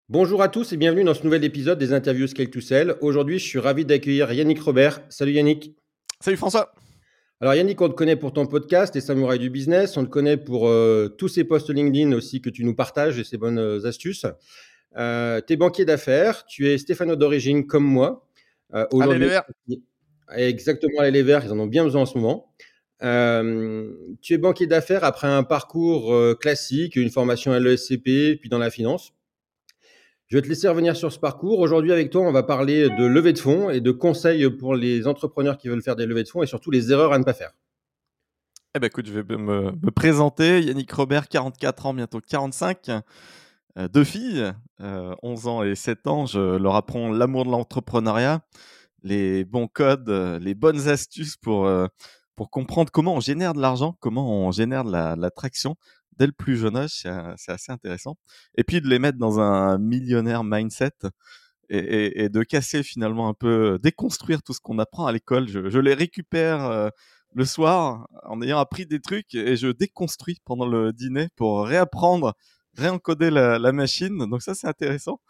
Bonjour à tous et bienvenue dans ce nouvel épisode des interviews Scale to Sell. Aujourd'hui, je suis ravi d'accueillir Yannick Robert. Salut Yannick. Salut François. Alors Yannick, on te connaît pour ton podcast, Les Samouraïs du Business. On te connaît pour tous ces posts LinkedIn aussi que tu nous partages et ces bonnes astuces. Tu es banquier d'affaires, tu es Stéphano d'origine comme moi. Allez les Aujourd'hui, Verts. exactement les Verts, ils en ont bien besoin en ce moment. Tu es banquier d'affaires après un parcours classique, une formation à l'ESCP, puis dans la finance. Je vais te laisser revenir sur ce parcours. Aujourd'hui, avec toi, on va parler de levée de fonds et de conseils pour les entrepreneurs qui veulent faire des levées de fonds et surtout les erreurs à ne pas faire. Eh ben écoute, je vais me présenter. Yannick Robert, 44 ans, bientôt 45. Deux filles, 11 ans et 7 ans. Je leur apprends l'amour de l'entrepreneuriat, les bons codes, les bonnes astuces pour comprendre comment on génère de l'argent, comment on génère de la traction dès le plus jeune âge. C'est assez intéressant. Et puis de les mettre dans un millionnaire mindset et de casser finalement un peu, déconstruire tout ce qu'on apprend à l'école. Je les récupère le soir en ayant appris des trucs et je déconstruis pendant le dîner pour réapprendre, réencoder la machine. Donc ça, c'est intéressant.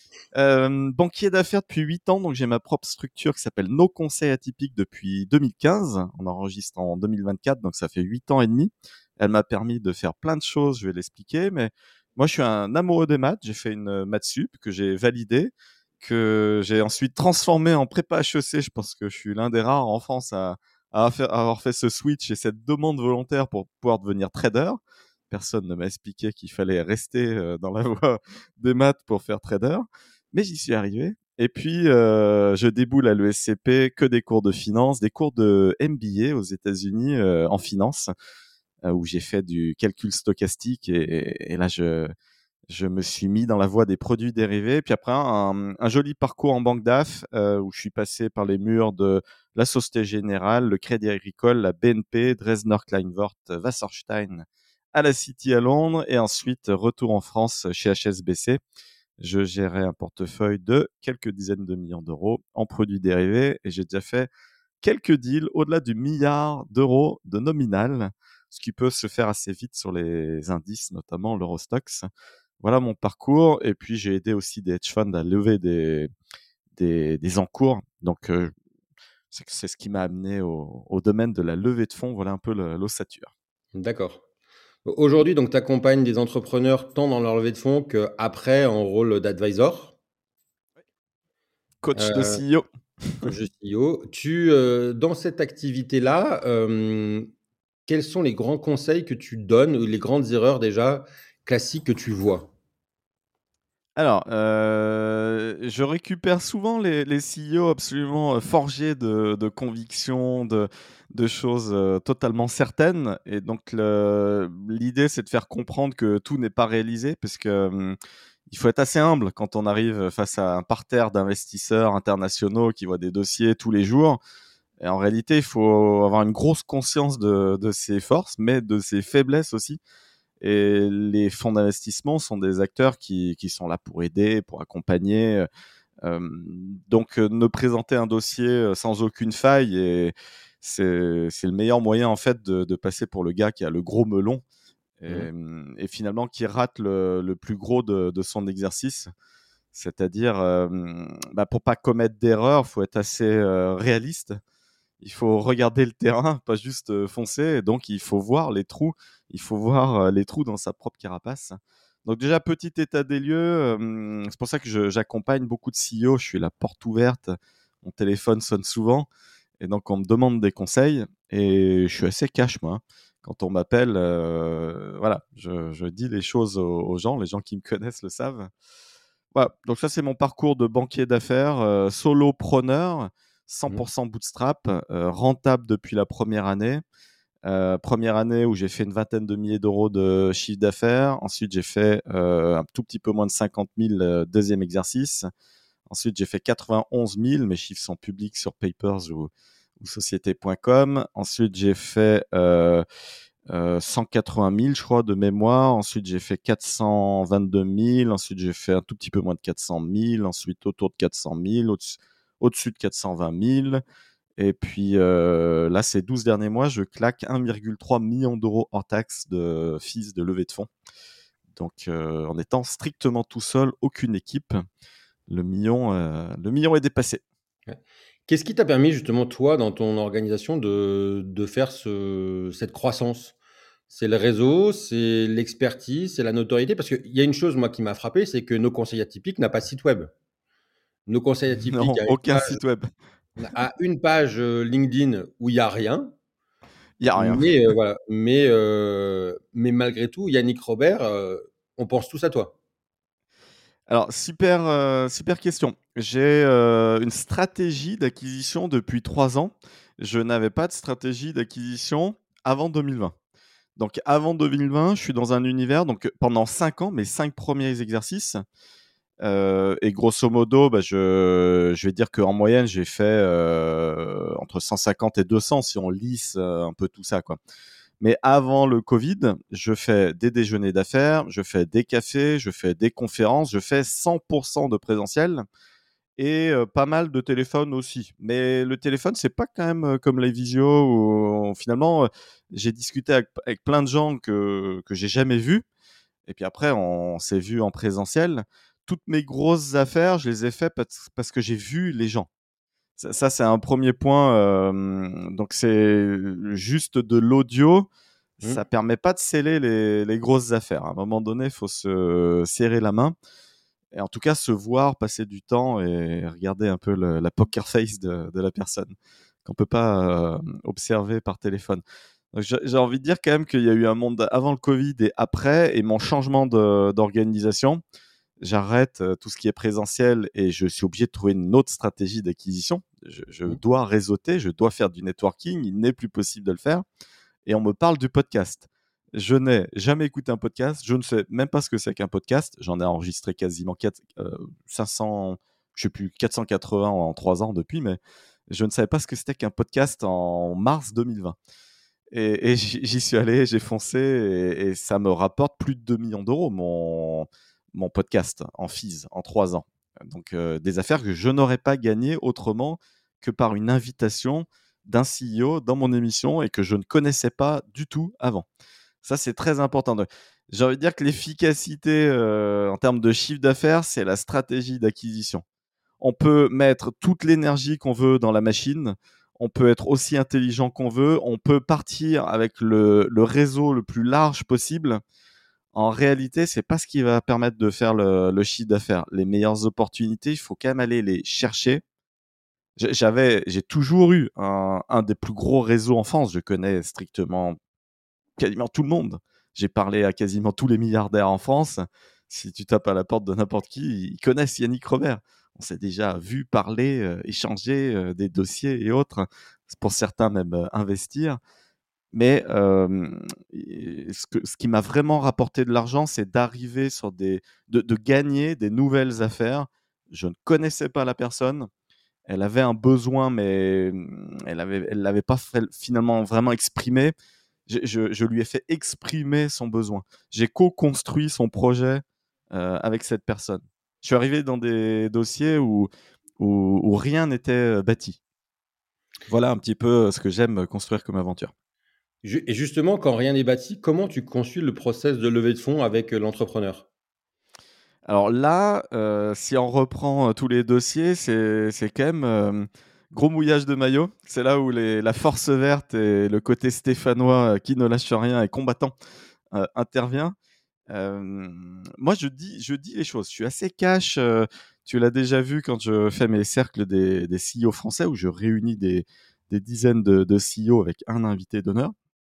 Banquier d'affaires depuis 8 ans, donc j'ai ma propre structure qui s'appelle Nos Conseils Atypiques depuis 2015. On enregistre en 2024, donc ça fait 8 ans et demi. Elle m'a permis de faire plein de choses, je vais l'expliquer, mais moi je suis un amoureux des maths. J'ai fait une maths sup que j'ai validée, que j'ai ensuite transformée en prépa HEC. Je pense que je suis l'un des rares en France à avoir fait ce switch et cette demande volontaire pour pouvoir devenir trader. Personne ne m'a expliqué qu'il fallait rester dans la voie des maths pour faire trader, mais j'y suis arrivé. Et puis, je déboule à l'ESCP, que des cours de finance, des cours de MBA aux États-Unis en finance, où j'ai fait du calcul stochastique. Et là, je me suis mis dans la voie des produits dérivés. Puis après, un joli parcours en banque d'AF, où je suis passé par les murs de la Société Générale, le Crédit Agricole, la BNP, Dresdner Kleinwort, Wasserstein, à la City à Londres. Et ensuite, retour en France chez HSBC. Je gérais un portefeuille de quelques dizaines de millions d'euros en produits dérivés et j'ai déjà fait quelques deals au-delà du milliard d'euros de nominal, ce qui peut se faire assez vite sur les indices, notamment l'Eurostoxx. Voilà mon parcours. Et puis, j'ai aidé aussi des hedge funds à lever des encours. Donc, c'est ce qui m'a amené au domaine de la levée de fonds. Voilà un peu l'ossature. D'accord. Aujourd'hui, donc, tu accompagnes des entrepreneurs tant dans leur levée de fonds qu'après en rôle d'advisor, Coach de euh, CEO. coach de CEO. Dans cette activité-là, quels sont les grands conseils que tu donnes ou les grandes erreurs déjà classiques que tu vois? Alors, je récupère souvent les CEO absolument, forgés de convictions, de choses, totalement certaines. Et donc l'idée, c'est de faire comprendre que tout n'est pas réalisé parce que, il faut être assez humble quand on arrive face à un parterre d'investisseurs internationaux qui voient des dossiers tous les jours. Et en réalité, il faut avoir une grosse conscience de ses forces, mais de ses faiblesses aussi. Et les fonds d'investissement sont des acteurs qui sont là pour aider, pour accompagner. Donc, ne présenter un dossier sans aucune faille, et c'est le meilleur moyen en fait de passer pour le gars qui a le gros melon Mhm. et finalement qui rate le plus gros de son exercice. C'est-à-dire, pour pas commettre d'erreur, faut être assez réaliste. Il faut regarder le terrain, pas juste foncer. Et donc, il faut voir les trous. Il faut voir les trous dans sa propre carapace. Donc déjà, petit état des lieux. C'est pour ça que j'accompagne beaucoup de CEO. Je suis la porte ouverte. Mon téléphone sonne souvent. Et donc, on me demande des conseils. Et je suis assez cash, moi, hein. Quand on m'appelle, voilà, je dis les choses aux gens. Les gens qui me connaissent le savent. Voilà, donc ça, c'est mon parcours de banquier d'affaires, solopreneur, Mhm. 100% bootstrap, rentable depuis la première année. Première année où j'ai fait une vingtaine de milliers d'euros de chiffre d'affaires. Ensuite, j'ai fait un tout petit peu moins de 50 000 deuxième exercice. Ensuite, j'ai fait 91 000. Mes chiffres sont publics sur Papers ou société.com. Ensuite, j'ai fait 180 000, je crois, de mémoire. Ensuite, j'ai fait 422 000. Ensuite, j'ai fait un tout petit peu moins de 400 000. Ensuite, autour de 400 000. Au-dessus de 420 000. Et puis là, ces 12 derniers mois, je claque 1,3 million d'euros hors taxe de fees de levée de fonds. donc en étant strictement tout seul, aucune équipe, le million est dépassé. Ouais. Qu'est-ce qui t'a permis justement, toi, dans ton organisation, de faire cette croissance? C'est le réseau, c'est l'expertise, c'est la notoriété? Parce qu'il y a une chose, moi, qui m'a frappé, c'est que Nos Conseils Atypiques n'a pas de site web. Nos Conseils Atypiques Non, aucun site web. a une page, LinkedIn où il y a rien, Il y a rien. mais voilà, mais malgré tout, Yannick Robert, on pense tous à toi. Alors super, super question. J'ai, une stratégie d'acquisition depuis 3 ans. Je n'avais pas de stratégie d'acquisition avant 2020. Donc avant 2020, je suis dans un univers donc pendant 5 ans, mes 5 premiers exercices, et grosso modo, bah, je vais dire qu'en moyenne, j'ai fait, entre 150 et 200 si on lisse, un peu tout ça, quoi. Mais avant le Covid, je fais des déjeuners d'affaires, je fais des cafés, je fais des conférences, je fais 100 de présentiel et pas mal de téléphone aussi. Mais le téléphone, c'est pas quand même, comme les visios où finalement, j'ai discuté avec plein de gens que j'ai jamais vus et puis après on s'est vu en présentiel. Toutes mes grosses affaires, je les ai fait parce que j'ai vu les gens. Ça, c'est un premier point, donc c'est juste de l'audio, Mmh. ça permet pas de sceller les grosses affaires. À un moment donné, il faut se serrer la main et en tout cas se voir, passer du temps et regarder un peu la poker face de la personne qu'on peut pas, observer par téléphone. Donc j'ai envie de dire quand même qu'il y a eu un monde avant le Covid et après et mon changement d'organisation, j'arrête tout ce qui est présentiel et je suis obligé de trouver une autre stratégie d'acquisition. Je Mmh. dois réseauter, je dois faire du networking, il n'est plus possible de le faire. Et on me parle du podcast. Je n'ai jamais écouté un podcast, je ne sais même pas ce que c'est qu'un podcast. J'en ai enregistré quasiment 500, je sais plus, 480 en 3 ans depuis, mais je ne savais pas ce que c'était qu'un podcast en mars 2020. Et j'y suis allé, j'ai foncé et ça me rapporte plus de 2 millions d'euros mon podcast en fees en 3 ans. Donc des affaires que je n'aurais pas gagnées autrement que par une invitation d'un CEO dans mon émission et que je ne connaissais pas du tout avant. Ça, c'est très important. Donc, j'ai envie de dire que l'efficacité, en termes de chiffre d'affaires, c'est la stratégie d'acquisition. On peut mettre toute l'énergie qu'on veut dans la machine. On peut être aussi intelligent qu'on veut. On peut partir avec le réseau le plus large possible. En réalité, c'est pas ce qui va permettre de faire le chiffre d'affaires. Les meilleures opportunités, il faut quand même aller les chercher. J'ai toujours eu un des plus gros réseaux en France. Je connais strictement quasiment tout le monde. J'ai parlé à quasiment tous les milliardaires en France. Si tu tapes à la porte de n'importe qui, ils connaissent Yannick Robert. On s'est déjà vu parler, échanger des dossiers et autres. Pour certains même investir. Mais ce qui m'a vraiment rapporté de l'argent, c'est d'arriver sur de gagner des nouvelles affaires. Je ne connaissais pas la personne. Elle avait un besoin, mais elle l'avait pas finalement vraiment exprimé. Je lui ai fait exprimer son besoin. J'ai co-construit son projet avec cette personne. Je suis arrivé dans des dossiers où rien n'était bâti. Voilà un petit peu ce que j'aime construire comme aventure. Et justement, quand rien n'est bâti, comment tu conçus le process de levée de fonds avec, l'entrepreneur? Alors là, si on reprend tous les dossiers, c'est quand même gros mouillage de maillot. C'est là où la force verte et le côté stéphanois qui ne lâche rien et combattant intervient. Moi, je dis les choses. Je suis assez cash. Tu l'as déjà vu quand je fais mes cercles des CEO français où je réunis des dizaines de CEO avec un invité d'honneur.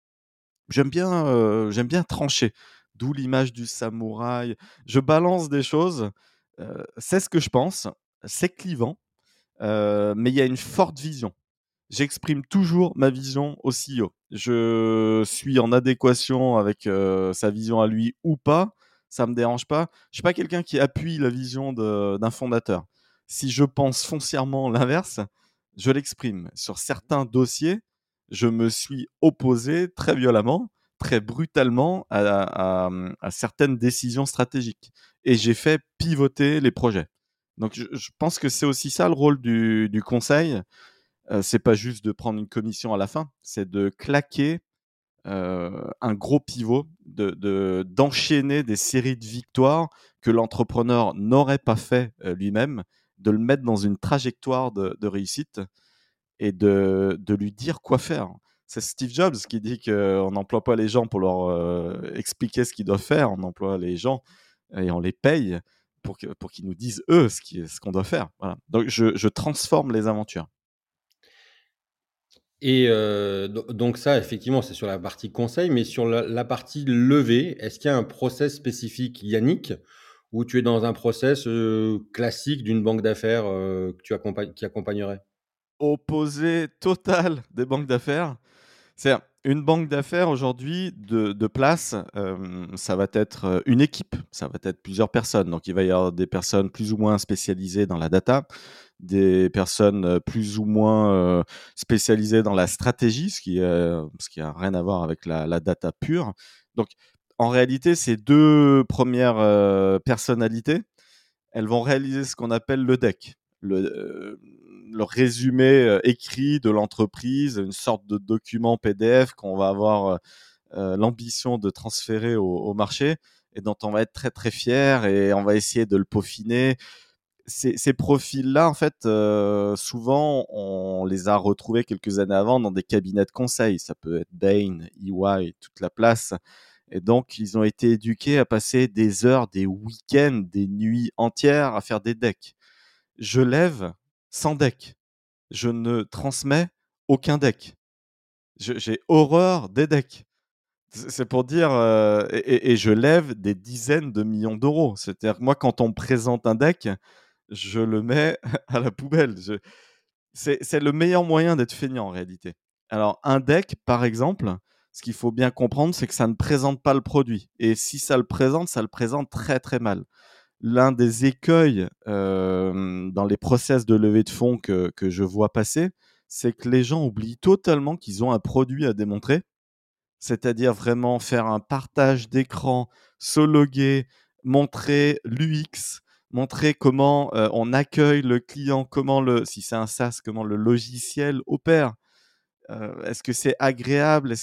J'aime bien trancher, d'où l'image du samouraï. Je balance des choses, c'est ce que je pense, c'est clivant, mais il y a une forte vision. J'exprime toujours ma vision au CEO. Je suis en adéquation avec, sa vision à lui ou pas, ça me dérange pas. Je suis pas quelqu'un qui appuie la vision d'un fondateur. Si je pense foncièrement l'inverse, je l'exprime. Sur certains dossiers, je me suis opposé très violemment, très brutalement à certaines décisions stratégiques et j'ai fait pivoter les projets. Donc je pense que c'est aussi ça le rôle du conseil, c'est pas juste de prendre une commission à la fin, c'est de claquer un gros pivot, d'enchaîner des séries de victoires que l'entrepreneur n'aurait pas fait lui-même, de le mettre dans une trajectoire de réussite et de lui dire quoi faire. C'est Steve Jobs qui dit qu'on n'emploie pas les gens pour leur expliquer ce qu'ils doivent faire, on emploie les gens et on les paye pour qu'ils nous disent, eux, ce qu'on doit faire. Voilà. Donc, je transforme les aventures. Et donc ça, effectivement, c'est sur la partie conseil, mais sur la partie levée, est-ce qu'il y a un process spécifique, Yannick, ou tu es dans un process classique d'une banque d'affaires qui accompagnerait? Opposé total des banques d'affaires. C'est une banque d'affaires aujourd'hui de place, ça va être une équipe, ça va être plusieurs personnes. Donc, il va y avoir des personnes plus ou moins spécialisées dans la data, des personnes plus ou moins spécialisées dans la stratégie, ce qui a rien à voir avec la data pure. Donc, en réalité, ces deux premières personnalités, elles vont réaliser ce qu'on appelle le deck, le résumé écrit de l'entreprise, une sorte de document PDF qu'on va avoir l'ambition de transférer au marché et dont on va être très très fier et on va essayer de le peaufiner. Ces profils-là, en fait, souvent, on les a retrouvés quelques années avant dans des cabinets de conseil. Ça peut être Bain, EY, toute la place. Et donc, ils ont été éduqués à passer des heures, des week-ends, des nuits entières à faire des decks. Je lève sans deck. Je ne transmets aucun deck. J'ai horreur des decks. C'est pour dire, et je lève des dizaines de millions d'euros. C'est-à-dire que moi, quand on me présente un deck, je le mets à la poubelle. C'est le meilleur moyen d'être feignant en réalité. Alors, un deck, par exemple, ce qu'il faut bien comprendre, c'est que ça ne présente pas le produit. Et si ça le présente très très mal. L'un des écueils dans les process de levée de fonds que je vois passer, c'est que les gens oublient totalement qu'ils ont un produit à démontrer, c'est-à-dire vraiment faire un partage d'écran, se loguer, montrer l'UX, montrer comment on accueille le client, si c'est un SaaS, comment le logiciel opère. Est-ce que c'est agréable?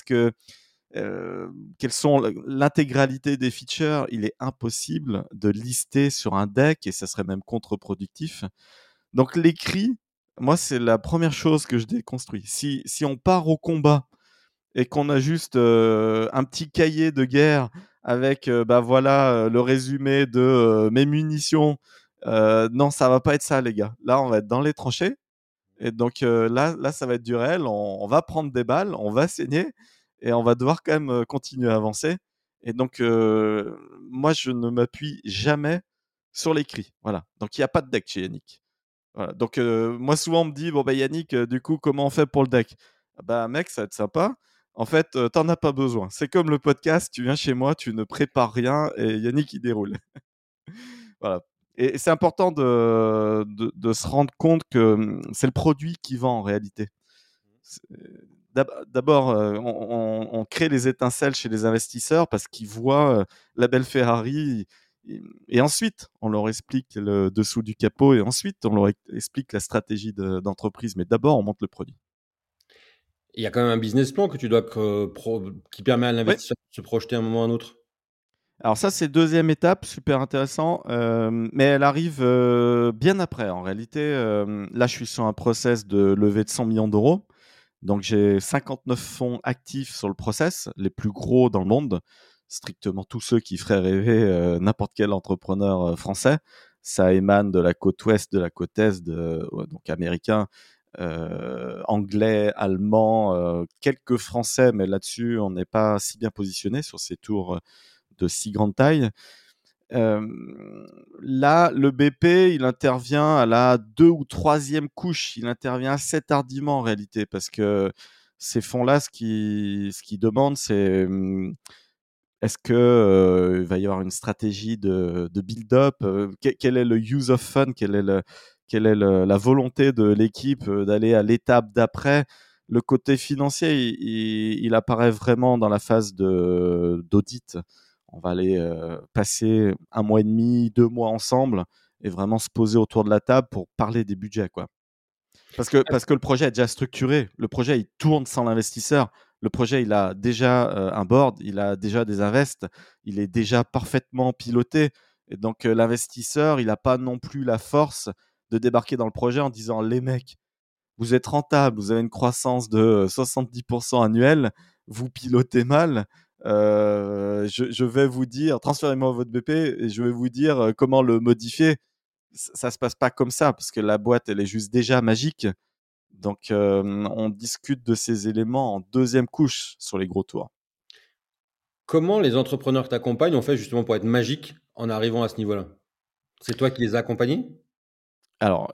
Quelles sont l'intégralité des features? Il est impossible de lister sur un deck et ça serait même contre-productif. Donc l'écrit, moi, c'est la première chose que je déconstruis. Si on part au combat et qu'on a juste un petit cahier de guerre avec bah voilà le résumé de mes munitions. Non, ça va pas être ça, les gars. Là, on va être dans les tranchées. Et donc là, ça va être du réel. On va prendre des balles, on va saigner et on va devoir quand même continuer à avancer. Et donc, moi, je ne m'appuie jamais sur l'écrit. Voilà. Donc, il n'y a pas de deck chez Yannick. Voilà. Donc, moi, souvent, on me dit, bon, bah, Yannick, du coup, comment on fait pour le deck? Bah, mec, ça va être sympa. En fait, t'en as pas besoin. C'est comme le podcast, tu viens chez moi, tu ne prépares rien et Yannick, il déroule. Voilà. Et c'est important de se rendre compte que c'est le produit qui vend en réalité. C'est- D'abord, on crée les étincelles chez les investisseurs parce qu'ils voient la belle Ferrari. Et ensuite, on leur explique le dessous du capot et ensuite, on leur explique la stratégie d'entreprise. Mais d'abord, on monte le produit. Il y a quand même un business plan que tu dois qui permet à Oui. l'investisseur de se projeter à un moment ou à un autre. Alors ça, c'est deuxième étape, super intéressant, mais elle arrive bien après. En réalité, là, je suis sur un process de levée de 100 millions d'euros. Donc j'ai 59 fonds actifs sur le process, les plus gros dans le monde, strictement tous ceux qui feraient rêver n'importe quel entrepreneur français. Ça émane de la côte ouest, de la côte est, donc américain, anglais, allemand, quelques français, mais là-dessus, on n'est pas si bien positionné sur ces tours de si grande taille. Là, le BP, il intervient à la 2e ou 3e couche. Il intervient assez tardivement en réalité parce que ces fonds-là, ce qu'ils demandent, c'est est-ce que il va y avoir une stratégie de build-up? Quel est le use of fund? Quelle est la volonté de l'équipe d'aller à l'étape d'après? Le côté financier, il apparaît vraiment dans la phase d'audit. On va aller passer 1 mois et demi, 2 mois ensemble et vraiment se poser autour de la table pour parler des budgets, quoi. Parce que le projet est déjà structuré. Le projet, il tourne sans l'investisseur. Le projet, il a déjà un board, il a déjà des invests, il est déjà parfaitement piloté. Et donc, l'investisseur, il n'a pas non plus la force de débarquer dans le projet en disant les mecs, vous êtes rentable, vous avez une croissance de 70% annuelle, vous pilotez mal. Je vais vous dire, transférez-moi votre BP et je vais vous dire comment le modifier. Ça se passe pas comme ça parce que la boîte, elle est juste déjà magique. Donc, on discute de ces éléments en deuxième couche sur les gros tours. Comment les entrepreneurs que tu accompagnes ont fait justement pour être magiques en arrivant à ce niveau-là? C'est toi qui les as accompagnés? Alors,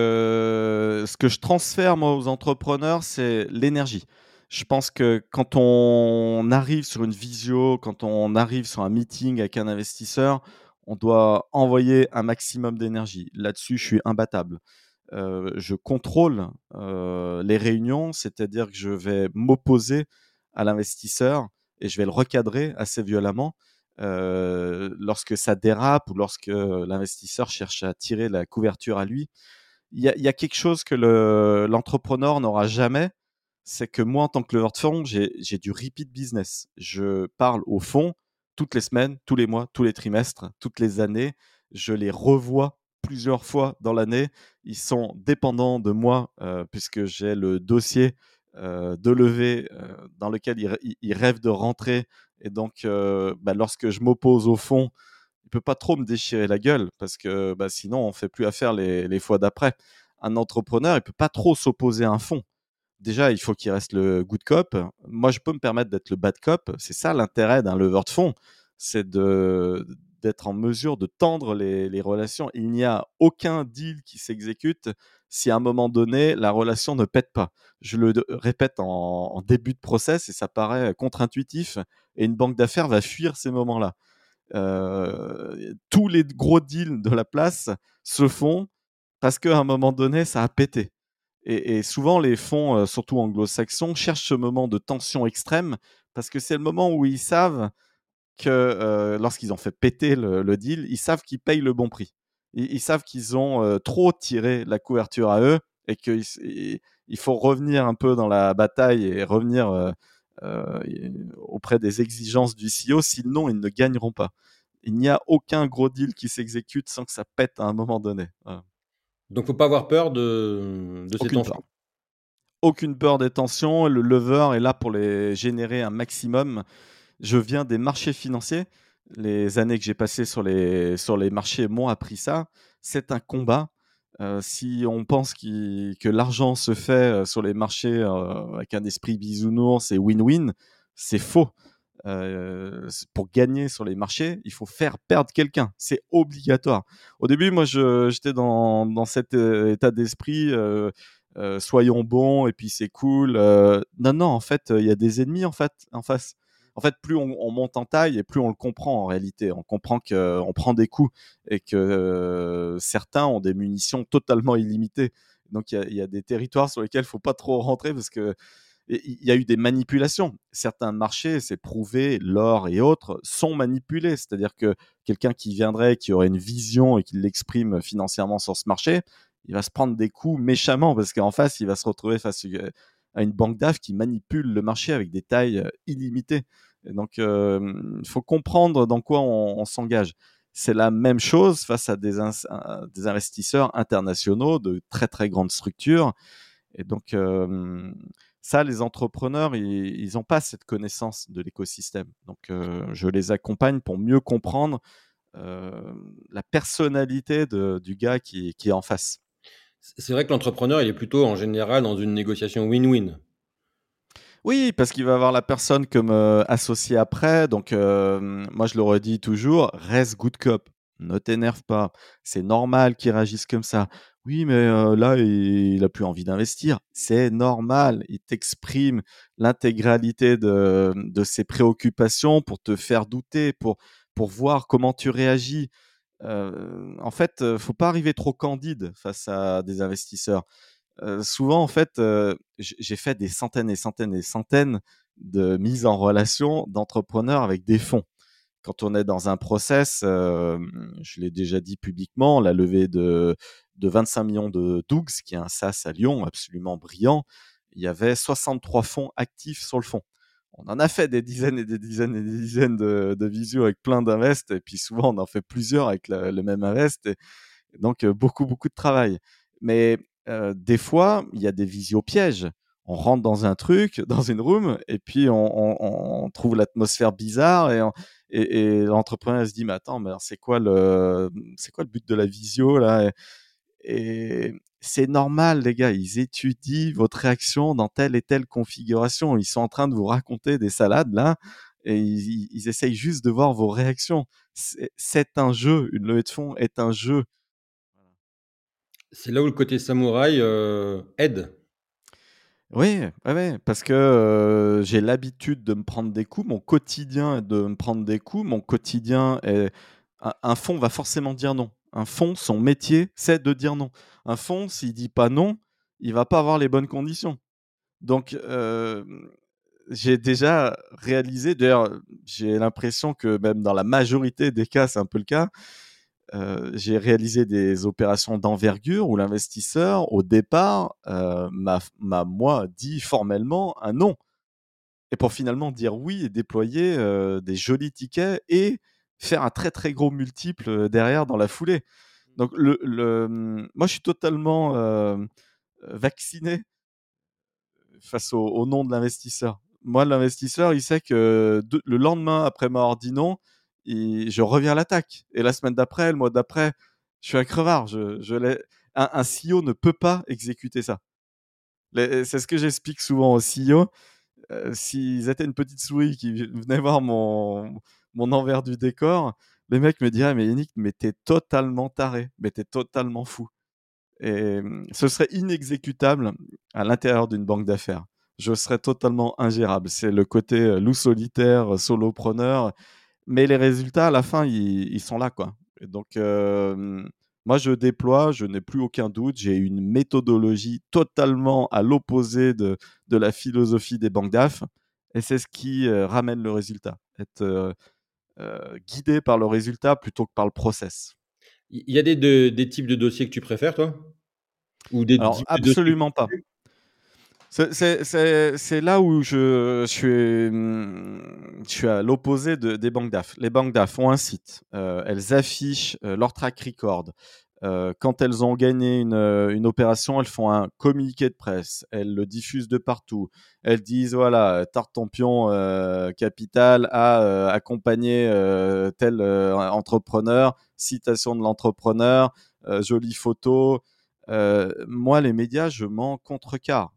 ce que je transfère moi aux entrepreneurs, c'est l'énergie. Je pense que quand on arrive sur une visio, quand on arrive sur un meeting avec un investisseur, on doit envoyer un maximum d'énergie. Là-dessus, je suis imbattable. Je contrôle, les réunions, c'est-à-dire que je vais m'opposer à l'investisseur et je vais le recadrer assez violemment, lorsque ça dérape ou lorsque l'investisseur cherche à tirer la couverture à lui. Il y a quelque chose que l'entrepreneur n'aura jamais, c'est que moi, en tant que leveur de fonds, j'ai du repeat business. Je parle au fond toutes les semaines, tous les mois, tous les trimestres, toutes les années. Je les revois plusieurs fois dans l'année. Ils sont dépendants de moi, puisque j'ai le dossier, de levée, dans lequel ils rêvent de rentrer et donc lorsque je m'oppose au fond, il peut pas trop me déchirer la gueule parce que, sinon on fait plus affaire les fois d'après. Un entrepreneur, il peut pas trop s'opposer à un fonds. Déjà, il faut qu'il reste le good cop. Moi, je peux me permettre d'être le bad cop. C'est ça l'intérêt d'un leveur de fonds, c'est d'être en mesure de tendre les relations. Il n'y a aucun deal qui s'exécute si à un moment donné, la relation ne pète pas. Je le répète en début de process et ça paraît contre-intuitif et une banque d'affaires va fuir ces moments-là. Tous les gros deals de la place se font parce qu'à un moment donné, ça a pété. Et souvent, les fonds, surtout anglo-saxons, cherchent ce moment de tension extrême parce que c'est le moment où ils savent que lorsqu'ils ont fait péter le deal, ils savent qu'ils payent le bon prix. Ils savent qu'ils ont trop tiré la couverture à eux et qu'il faut revenir un peu dans la bataille et revenir auprès des exigences du CEO, sinon ils ne gagneront pas. Il n'y a aucun gros deal qui s'exécute sans que ça pète à un moment donné. Voilà. Donc faut pas avoir peur de ces Aucune tensions. peur. Aucune peur des tensions. Le lever est là pour les générer un maximum. Je viens des marchés financiers. Les années que j'ai passées sur les marchés m'ont appris ça. C'est un combat. Si on pense que l'argent se fait sur les marchés avec un esprit bisounours et win-win, c'est faux. Pour gagner sur les marchés, il faut faire perdre quelqu'un. C'est obligatoire. Au début, moi, j'étais dans cet état d'esprit. Soyons bons et puis c'est cool. Non, non, en fait, il y a des ennemis en face. En fait, plus on monte en taille et plus on le comprend en réalité. On comprend qu'on prend des coups et que certains ont des munitions totalement illimitées. Donc, il y a des territoires sur lesquels il ne faut pas trop rentrer parce que il y a eu des manipulations. Certains marchés, c'est prouvé, l'or et autres, sont manipulés. C'est-à-dire que quelqu'un qui viendrait, qui aurait une vision et qui l'exprime financièrement sur ce marché, il va se prendre des coups méchamment parce qu'en face, il va se retrouver face à une banque d'AF qui manipule le marché avec des tailles illimitées. Et donc, il faut comprendre dans quoi on s'engage. C'est la même chose face à des investisseurs internationaux de très très grandes structures. Et donc, ça, les entrepreneurs, ils n'ont pas cette connaissance de l'écosystème. Donc, je les accompagne pour mieux comprendre la personnalité du gars qui est en face. C'est vrai que l'entrepreneur, il est plutôt en général dans une négociation win-win. Oui, parce qu'il va avoir la personne comme associé après. Donc, moi, je le redis toujours, reste good cop. Ne t'énerve pas. C'est normal qu'il réagisse comme ça. Oui, mais là, il a plus envie d'investir. C'est normal. Il t'exprime l'intégralité de ses préoccupations pour te faire douter, pour voir comment tu réagis. En fait, faut pas arriver trop candide face à des investisseurs. Souvent, en fait, j'ai fait des centaines et centaines et centaines de mises en relation d'entrepreneurs avec des fonds. Quand on est dans un process, je l'ai déjà dit publiquement, la levée de 25 millions de Dougs, qui est un SaaS à Lyon absolument brillant. il y avait 63 fonds actifs sur le fonds. On en a fait des dizaines et des dizaines et des dizaines de visio avec plein d'invest, et puis souvent on en fait plusieurs avec le même invest, et donc beaucoup, beaucoup de travail. Mais des fois, il y a des visio pièges. On rentre dans un truc, dans une room, et puis on trouve l'atmosphère bizarre, et l'entrepreneur se dit, mais attends, mais alors c'est quoi le but de la visio là? Et c'est normal, les gars, ils étudient votre réaction dans telle et telle configuration. Ils sont en train de vous raconter des salades là, et ils essayent juste de voir vos réactions. C'est un jeu, une levée de fonds est un jeu. C'est là où le côté samouraï aide. Oui, ouais, ouais, parce que j'ai l'habitude de me prendre des coups. Mon quotidien est de me prendre des coups. Mon quotidien est. Un fonds va forcément dire non. Un fonds, son métier, c'est de dire non. Un fonds, s'il dit pas non, il va pas avoir les bonnes conditions. Donc, j'ai déjà réalisé, d'ailleurs, j'ai l'impression que même dans la majorité des cas, c'est un peu le cas. J'ai réalisé des opérations d'envergure où l'investisseur, au départ, m'a moi dit formellement un non, et pour finalement dire oui et déployer des jolis tickets et faire un très très gros multiple derrière dans la foulée. Donc moi je suis totalement vacciné face au non de l'investisseur. Moi, l'investisseur, il sait que le lendemain, après m'avoir dit non, je reviens à l'attaque. Et la semaine d'après, le mois d'après, je suis un crevard. Un CEO ne peut pas exécuter ça. C'est ce que j'explique souvent aux CEO. S'ils étaient une petite souris qui venait voir mon envers du décor, les mecs me diraient, mais Yannick, mais t'es totalement taré, mais t'es totalement fou. Et ce serait inexécutable à l'intérieur d'une banque d'affaires. Je serais totalement ingérable. C'est le côté loup solitaire, solopreneur. Mais les résultats, à la fin, ils sont là, quoi. Et donc, moi, je déploie, je n'ai plus aucun doute. J'ai une méthodologie totalement à l'opposé de la philosophie des banques d'AF. Et c'est ce qui ramène le résultat. Être guidé par le résultat plutôt que par le process. Il y a des types de dossiers que tu préfères, toi? Ou des Alors, types de dossiers que absolument tu pas. fais? C'est là où je suis à l'opposé des banques d'AF. Les banques d'AF ont un site, elles affichent leur track record. Quand elles ont gagné une opération, elles font un communiqué de presse, elles le diffusent de partout. Elles disent voilà, Tartampion Capital a accompagné tel entrepreneur, citation de l'entrepreneur, jolie photo. Moi, les médias, je m'en contrecarre.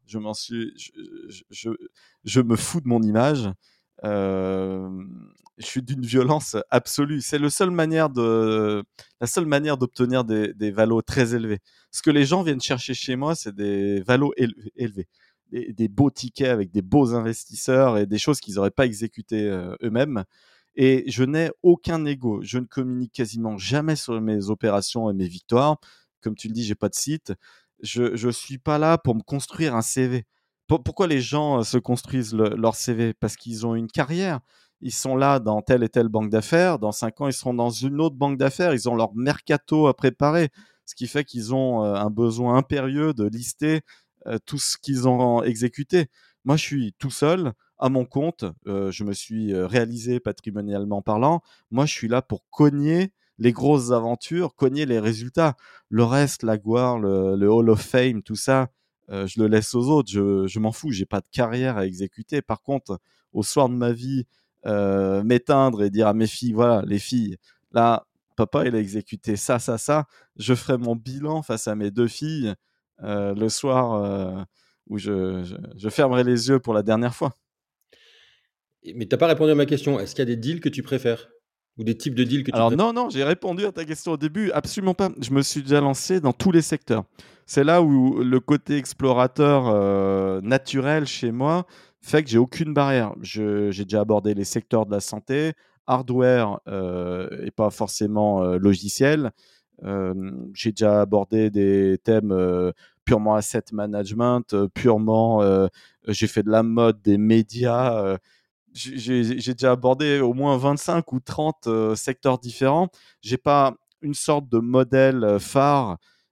Je me fous de mon image. Euh, je suis d'une violence absolue. C'est la seule manière d'obtenir des valos très élevés. Ce que les gens viennent chercher chez moi, c'est des valos élevés. Des beaux tickets avec des beaux investisseurs et des choses qu'ils n'auraient pas exécutées eux-mêmes. Et je n'ai aucun ego. Je ne communique quasiment jamais sur mes opérations et mes victoires. Comme tu le dis, j'ai pas de site. Je suis pas là pour me construire un CV. Pourquoi les gens se construisent leur CV? Parce qu'ils ont une carrière. Ils sont là dans telle et telle banque d'affaires. Dans 5 ans, ils seront dans une autre banque d'affaires. Ils ont leur mercato à préparer. Ce qui fait qu'ils ont un besoin impérieux de lister tout ce qu'ils ont exécuté. Moi, je suis tout seul à mon compte. Je me suis réalisé patrimonialement parlant. Moi, je suis là pour cogner les grosses aventures, cogner les résultats. Le reste, la gloire, le Hall of Fame, tout ça, je le laisse aux autres. Je m'en fous. J'ai pas de carrière à exécuter. Par contre, au soir de ma vie, m'éteindre et dire à mes filles, voilà, les filles, là, papa, il a exécuté ça, ça, ça. Je ferai mon bilan face à mes 2 filles le soir où je fermerai les yeux pour la dernière fois. Mais tu as pas répondu à ma question. Est-ce qu'il y a des deals que tu préfères? Ou des types de deals que tu Alors préfères? non, non, j'ai répondu à ta question au début, absolument pas. Je me suis déjà lancé dans tous les secteurs. C'est là où le côté explorateur naturel chez moi fait que j'ai aucune barrière. J'ai déjà abordé les secteurs de la santé, hardware et pas forcément logiciel. J'ai déjà abordé des thèmes purement asset management, purement j'ai fait de la mode, des médias. J'ai déjà abordé au moins 25 ou 30 secteurs différents. J'ai pas une sorte de modèle phare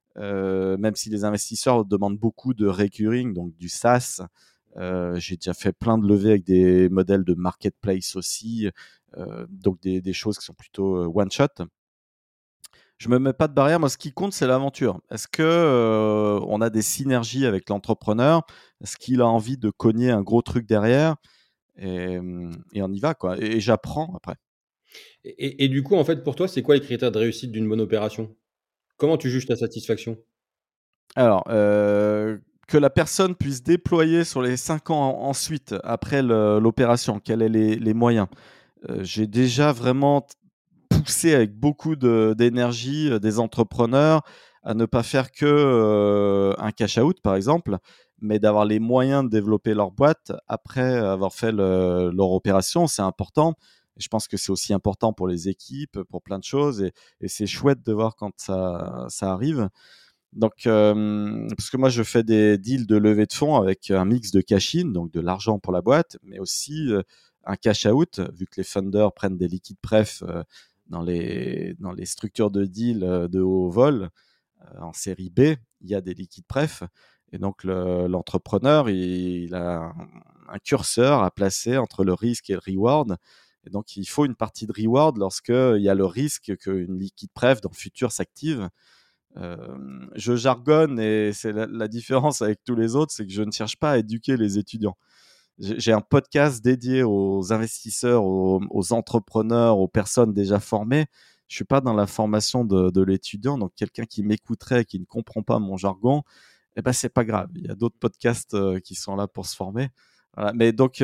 même si les investisseurs demandent beaucoup de recurring, donc du SaaS. J'ai déjà fait plein de levées avec des modèles de marketplace aussi, donc des choses qui sont plutôt one shot. Je me mets pas de barrière. Moi, ce qui compte, c'est l'aventure. Est-ce que on a des synergies avec l'entrepreneur? Est-ce qu'il a envie de cogner un gros truc derrière? Et on y va, quoi. Et j'apprends après. Et du coup, en fait, pour toi, c'est quoi les critères de réussite d'une bonne opération? Comment tu juges ta satisfaction? Alors, que la personne puisse déployer sur les 5 ans ensuite, après l'opération, quels est les moyens? J'ai déjà vraiment poussé avec beaucoup d'énergie, des entrepreneurs à ne pas faire que, un cash out, par exemple, mais d'avoir les moyens de développer leur boîte après avoir fait leur opération. C'est important et je pense que c'est aussi important pour les équipes, pour plein de choses et c'est chouette de voir quand ça arrive. Donc, parce que moi, je fais des deals de levée de fonds avec un mix de cash-in, donc de l'argent pour la boîte, mais aussi un cash-out, vu que les funders prennent des liquides pref dans les structures de deal de haut vol. En série B, il y a des liquides pref. Et donc, l'entrepreneur, il a un curseur à placer entre le risque et le reward. Et donc, il faut une partie de reward lorsqu'il y a le risque qu'une liquide pref dans le futur s'active. Je jargonne et c'est la différence avec tous les autres, c'est que je ne cherche pas à éduquer les étudiants. J'ai un podcast dédié aux investisseurs, aux entrepreneurs, aux personnes déjà formées. Je suis pas dans la formation de l'étudiant, donc quelqu'un qui m'écouterait, qui ne comprend pas mon jargon, eh ben c'est pas grave. Il y a d'autres podcasts qui sont là pour se former. Voilà. Mais donc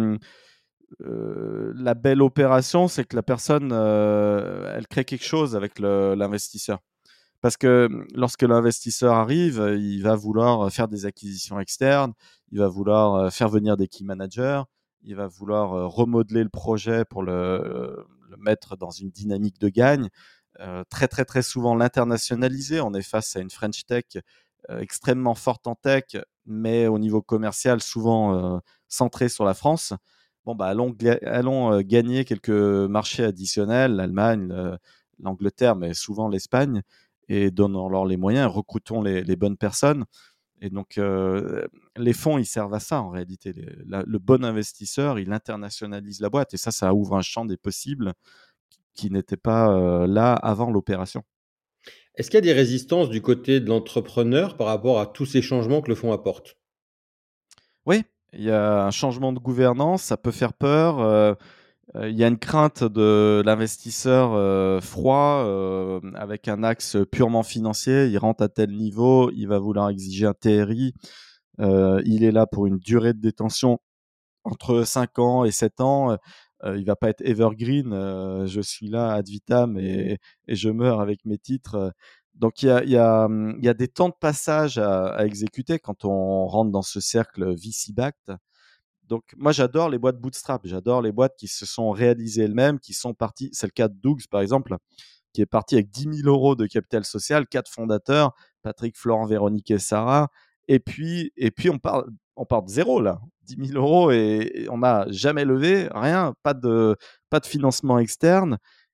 la belle opération, c'est que la personne, elle crée quelque chose avec l'investisseur. Parce que lorsque l'investisseur arrive, il va vouloir faire des acquisitions externes, il va vouloir faire venir des key managers, il va vouloir remodeler le projet pour le mettre dans une dynamique de gagne. Très, très, très souvent l'internationaliser. On est face à une French Tech extrêmement forte en tech, mais au niveau commercial, souvent centrée sur la France. Bon, bah, allons gagner quelques marchés additionnels, l'Allemagne, l'Angleterre, mais souvent l'Espagne, et donnons-leur les moyens, recrutons les bonnes personnes. Et donc, les fonds, ils servent à ça en réalité. Le bon investisseur, il internationalise la boîte et ça ouvre un champ des possibles qui n'était pas là avant l'opération. Est-ce qu'il y a des résistances du côté de l'entrepreneur par rapport à tous ces changements que le fonds apporte? Oui, il y a un changement de gouvernance, ça peut faire peur. Il y a une crainte de l'investisseur froid avec un axe purement financier. Il rentre à tel niveau, il va vouloir exiger un TRI. Il est là pour une durée de détention entre 5 ans et 7 ans. Il va pas être evergreen. Je suis là ad vitam et je meurs avec mes titres. Donc il y a des temps de passage à exécuter quand on rentre dans ce cercle VC-backed. Donc moi j'adore les boîtes bootstrap, j'adore les boîtes qui se sont réalisées elles-mêmes, qui sont parties. C'est le cas de Dougs par exemple, qui est parti avec 10 000 € de capital social, 4 fondateurs, Patrick, Florent, Véronique et Sarah. Et puis on part de zéro là, 10 000 € et on n'a jamais levé, rien, pas de financement externe.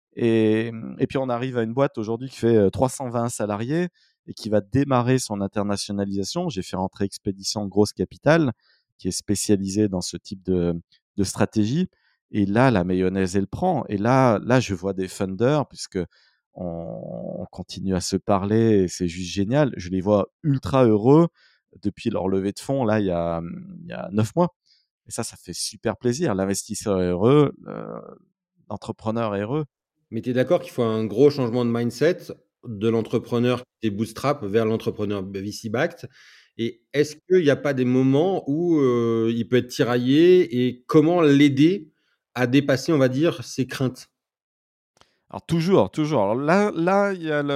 Et puis on arrive à une boîte aujourd'hui qui fait 320 salariés et qui va démarrer son internationalisation. J'ai fait rentrer Expédition Grosse Capital, qui est spécialisée dans ce type de stratégie. Et là, la mayonnaise, elle prend. Et là, je vois des funders, puisque on continue à se parler, et c'est juste génial. Je les vois ultra heureux depuis leur levée de fonds, là, il y a 9 mois. Et ça fait super plaisir. L'investisseur est heureux, l'entrepreneur est heureux. Mais tu es d'accord qu'il faut un gros changement de mindset de l'entrepreneur qui est bootstrap vers l'entrepreneur VC-backed? Et est-ce qu'il n'y a pas des moments où, il peut être tiraillé et comment l'aider à dépasser, on va dire, ses craintes? Alors toujours, toujours. Alors là,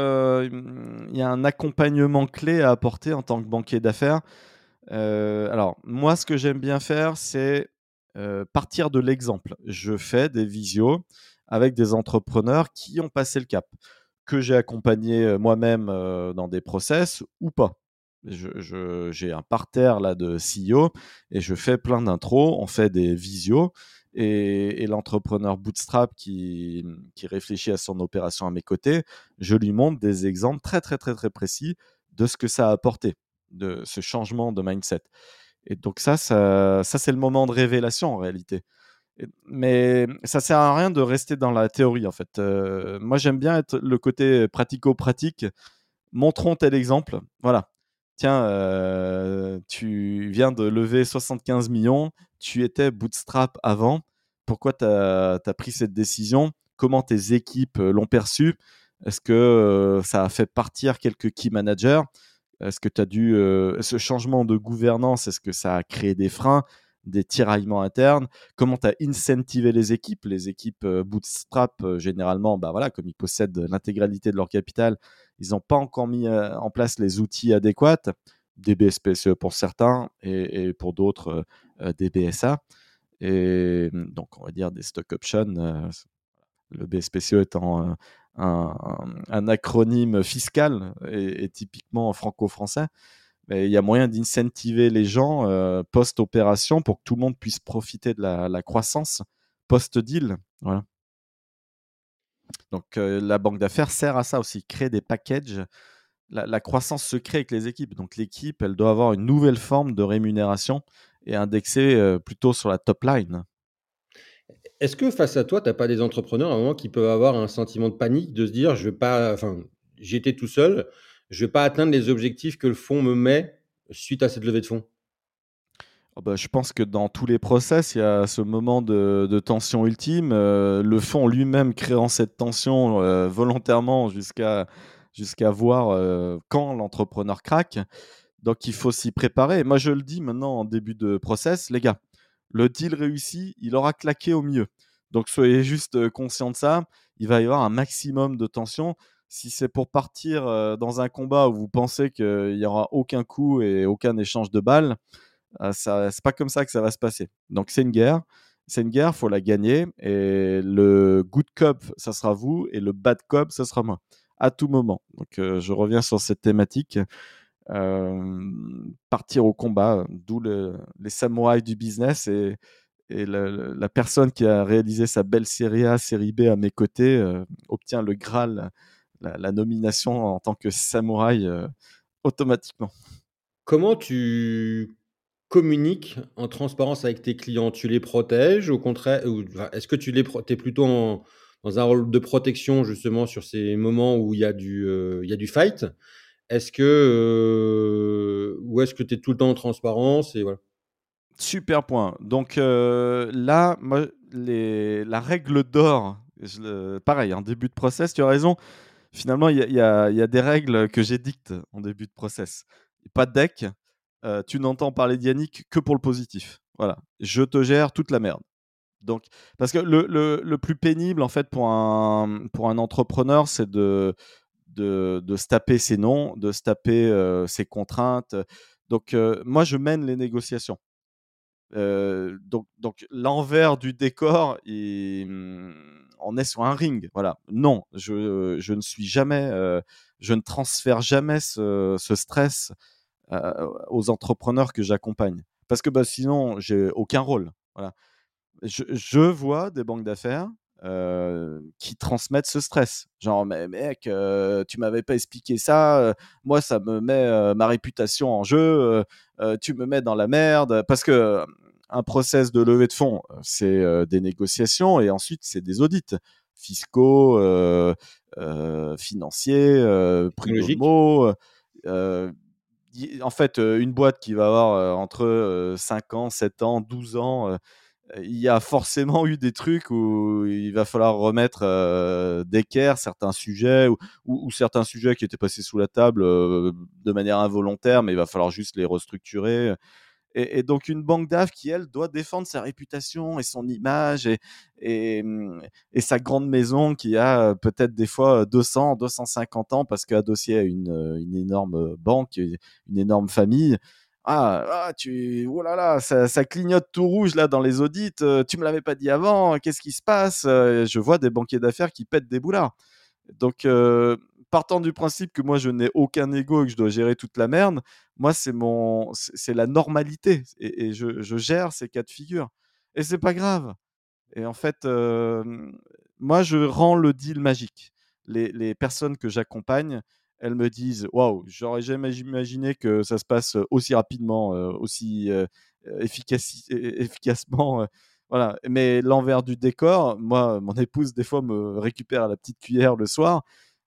il y a un accompagnement clé à apporter en tant que banquier d'affaires. Alors moi, ce que j'aime bien faire, c'est, partir de l'exemple. Je fais des visios avec des entrepreneurs qui ont passé le cap, que j'ai accompagnés, moi-même, dans des process ou pas. J'ai un parterre là de CEO et je fais plein d'intros. On fait des visios et l'entrepreneur bootstrap qui réfléchit à son opération à mes côtés, je lui montre des exemples très, très, très, très précis de ce que ça a apporté, de ce changement de mindset. Et donc ça c'est le moment de révélation en réalité. Mais ça sert à rien de rester dans la théorie en fait. Moi j'aime bien être le côté pratico-pratique. Montrons tel exemple. Voilà. Tiens, tu viens de lever 75 millions, tu étais bootstrap avant. Pourquoi tu as pris cette décision? Comment tes équipes l'ont perçu? Est-ce que ça a fait partir quelques key managers? Est-ce que tu as dû. Ce changement de gouvernance, est-ce que ça a créé des freins, des tiraillements internes? Comment tu as incentivé les équipes? Les équipes bootstrap, généralement, bah voilà, comme ils possèdent l'intégralité de leur capital, ils n'ont pas encore mis en place les outils adéquats, des BSPCE pour certains et pour d'autres des BSA. Et donc, on va dire des stock options, le BSPCE étant un acronyme fiscal et typiquement franco-français. Mais il y a moyen d'incentiver les gens post-opération pour que tout le monde puisse profiter de la croissance post-deal. Voilà. Donc, la banque d'affaires sert à ça aussi, créer des packages. La croissance se crée avec les équipes. Donc, l'équipe, elle doit avoir une nouvelle forme de rémunération et indexée plutôt sur la top line. Est-ce que face à toi, tu as pas des entrepreneurs à un moment qui peuvent avoir un sentiment de panique, de se dire: «Je vais pas enfin, j'étais tout seul, je vais pas atteindre les objectifs que le fonds me met suite à cette levée de fonds»? Oh bah, je pense que dans tous les process, il y a ce moment de tension ultime. Le fond lui-même créant cette tension volontairement jusqu'à voir quand l'entrepreneur craque. Donc il faut s'y préparer. Moi, je le dis maintenant en début de process, les gars, le deal réussi, il aura claqué au mieux. Donc soyez juste conscients de ça. Il va y avoir un maximum de tension. Si c'est pour partir dans un combat où vous pensez qu'il n'y aura aucun coup et aucun échange de balles, c'est pas comme ça que ça va se passer. Donc c'est une guerre. C'est une guerre, faut la gagner. Et le good cop, ça sera vous. Et le bad cop, ça sera moi. À tout moment. Donc je reviens sur cette thématique. Partir au combat, d'où les samouraïs du business et la personne qui a réalisé sa belle série A, série B à mes côtés obtient le Graal, la nomination en tant que samouraï automatiquement. Comment tu communiques en transparence avec tes clients? Tu les protèges, au contraire ou enfin, est-ce que tu les es plutôt dans un rôle de protection justement sur ces moments où il y a du fight? Est-ce que, ou est-ce que tu es tout le temps en transparence et voilà? Super point. Donc là, moi, la règle d'or, pareil, en début de process, tu as raison. Finalement, il y a des règles que j'édicte en début de process. Pas de deck. Tu n'entends parler d'Yannick que pour le positif. Voilà. Je te gère toute la merde. Donc, parce que le plus pénible, en fait, pour un entrepreneur, c'est de se taper ses noms, de se taper ses contraintes. Donc, moi, je mène les négociations. Donc l'envers du décor, on est sur un ring. Voilà. Non, je ne suis jamais, je ne transfère jamais ce stress aux entrepreneurs que j'accompagne. Parce que bah, sinon, j'ai aucun rôle. Voilà. Je vois des banques d'affaires qui transmettent ce stress. Genre, mais mec, tu m'avais pas expliqué ça. Moi, ça me met ma réputation en jeu. Tu me mets dans la merde. Parce que un process de levée de fonds, c'est des négociations et ensuite, c'est des audits fiscaux, financiers, Technologique? prud'homaux. euh, En fait, une boîte qui va avoir entre 5 ans, 7 ans, 12 ans, il y a forcément eu des trucs où il va falloir remettre d'équerre certains sujets ou certains sujets qui étaient passés sous la table de manière involontaire, mais il va falloir juste les restructurer. Et donc une banque d'AF qui, elle, doit défendre sa réputation et son image et, mmh, et sa grande maison qui a peut-être des fois 200, 250 ans parce qu'adossée à une énorme banque, une énorme famille. Oh là là, ça clignote tout rouge là dans les audits. Tu me l'avais pas dit avant. Qu'est-ce qui se passe? Je vois des banquiers d'affaires qui pètent des boulards. Donc, partant du principe que moi je n'ai aucun ego et que je dois gérer toute la merde, moi c'est la normalité et je gère ces cas de figure et c'est pas grave. Et en fait, moi je rends le deal magique. Les personnes que j'accompagne, elles me disent: «Waouh, j'aurais jamais imaginé que ça se passe aussi rapidement, aussi, efficacement», voilà. Mais l'envers du décor, moi, mon épouse, des fois, me récupère à la petite cuillère le soir.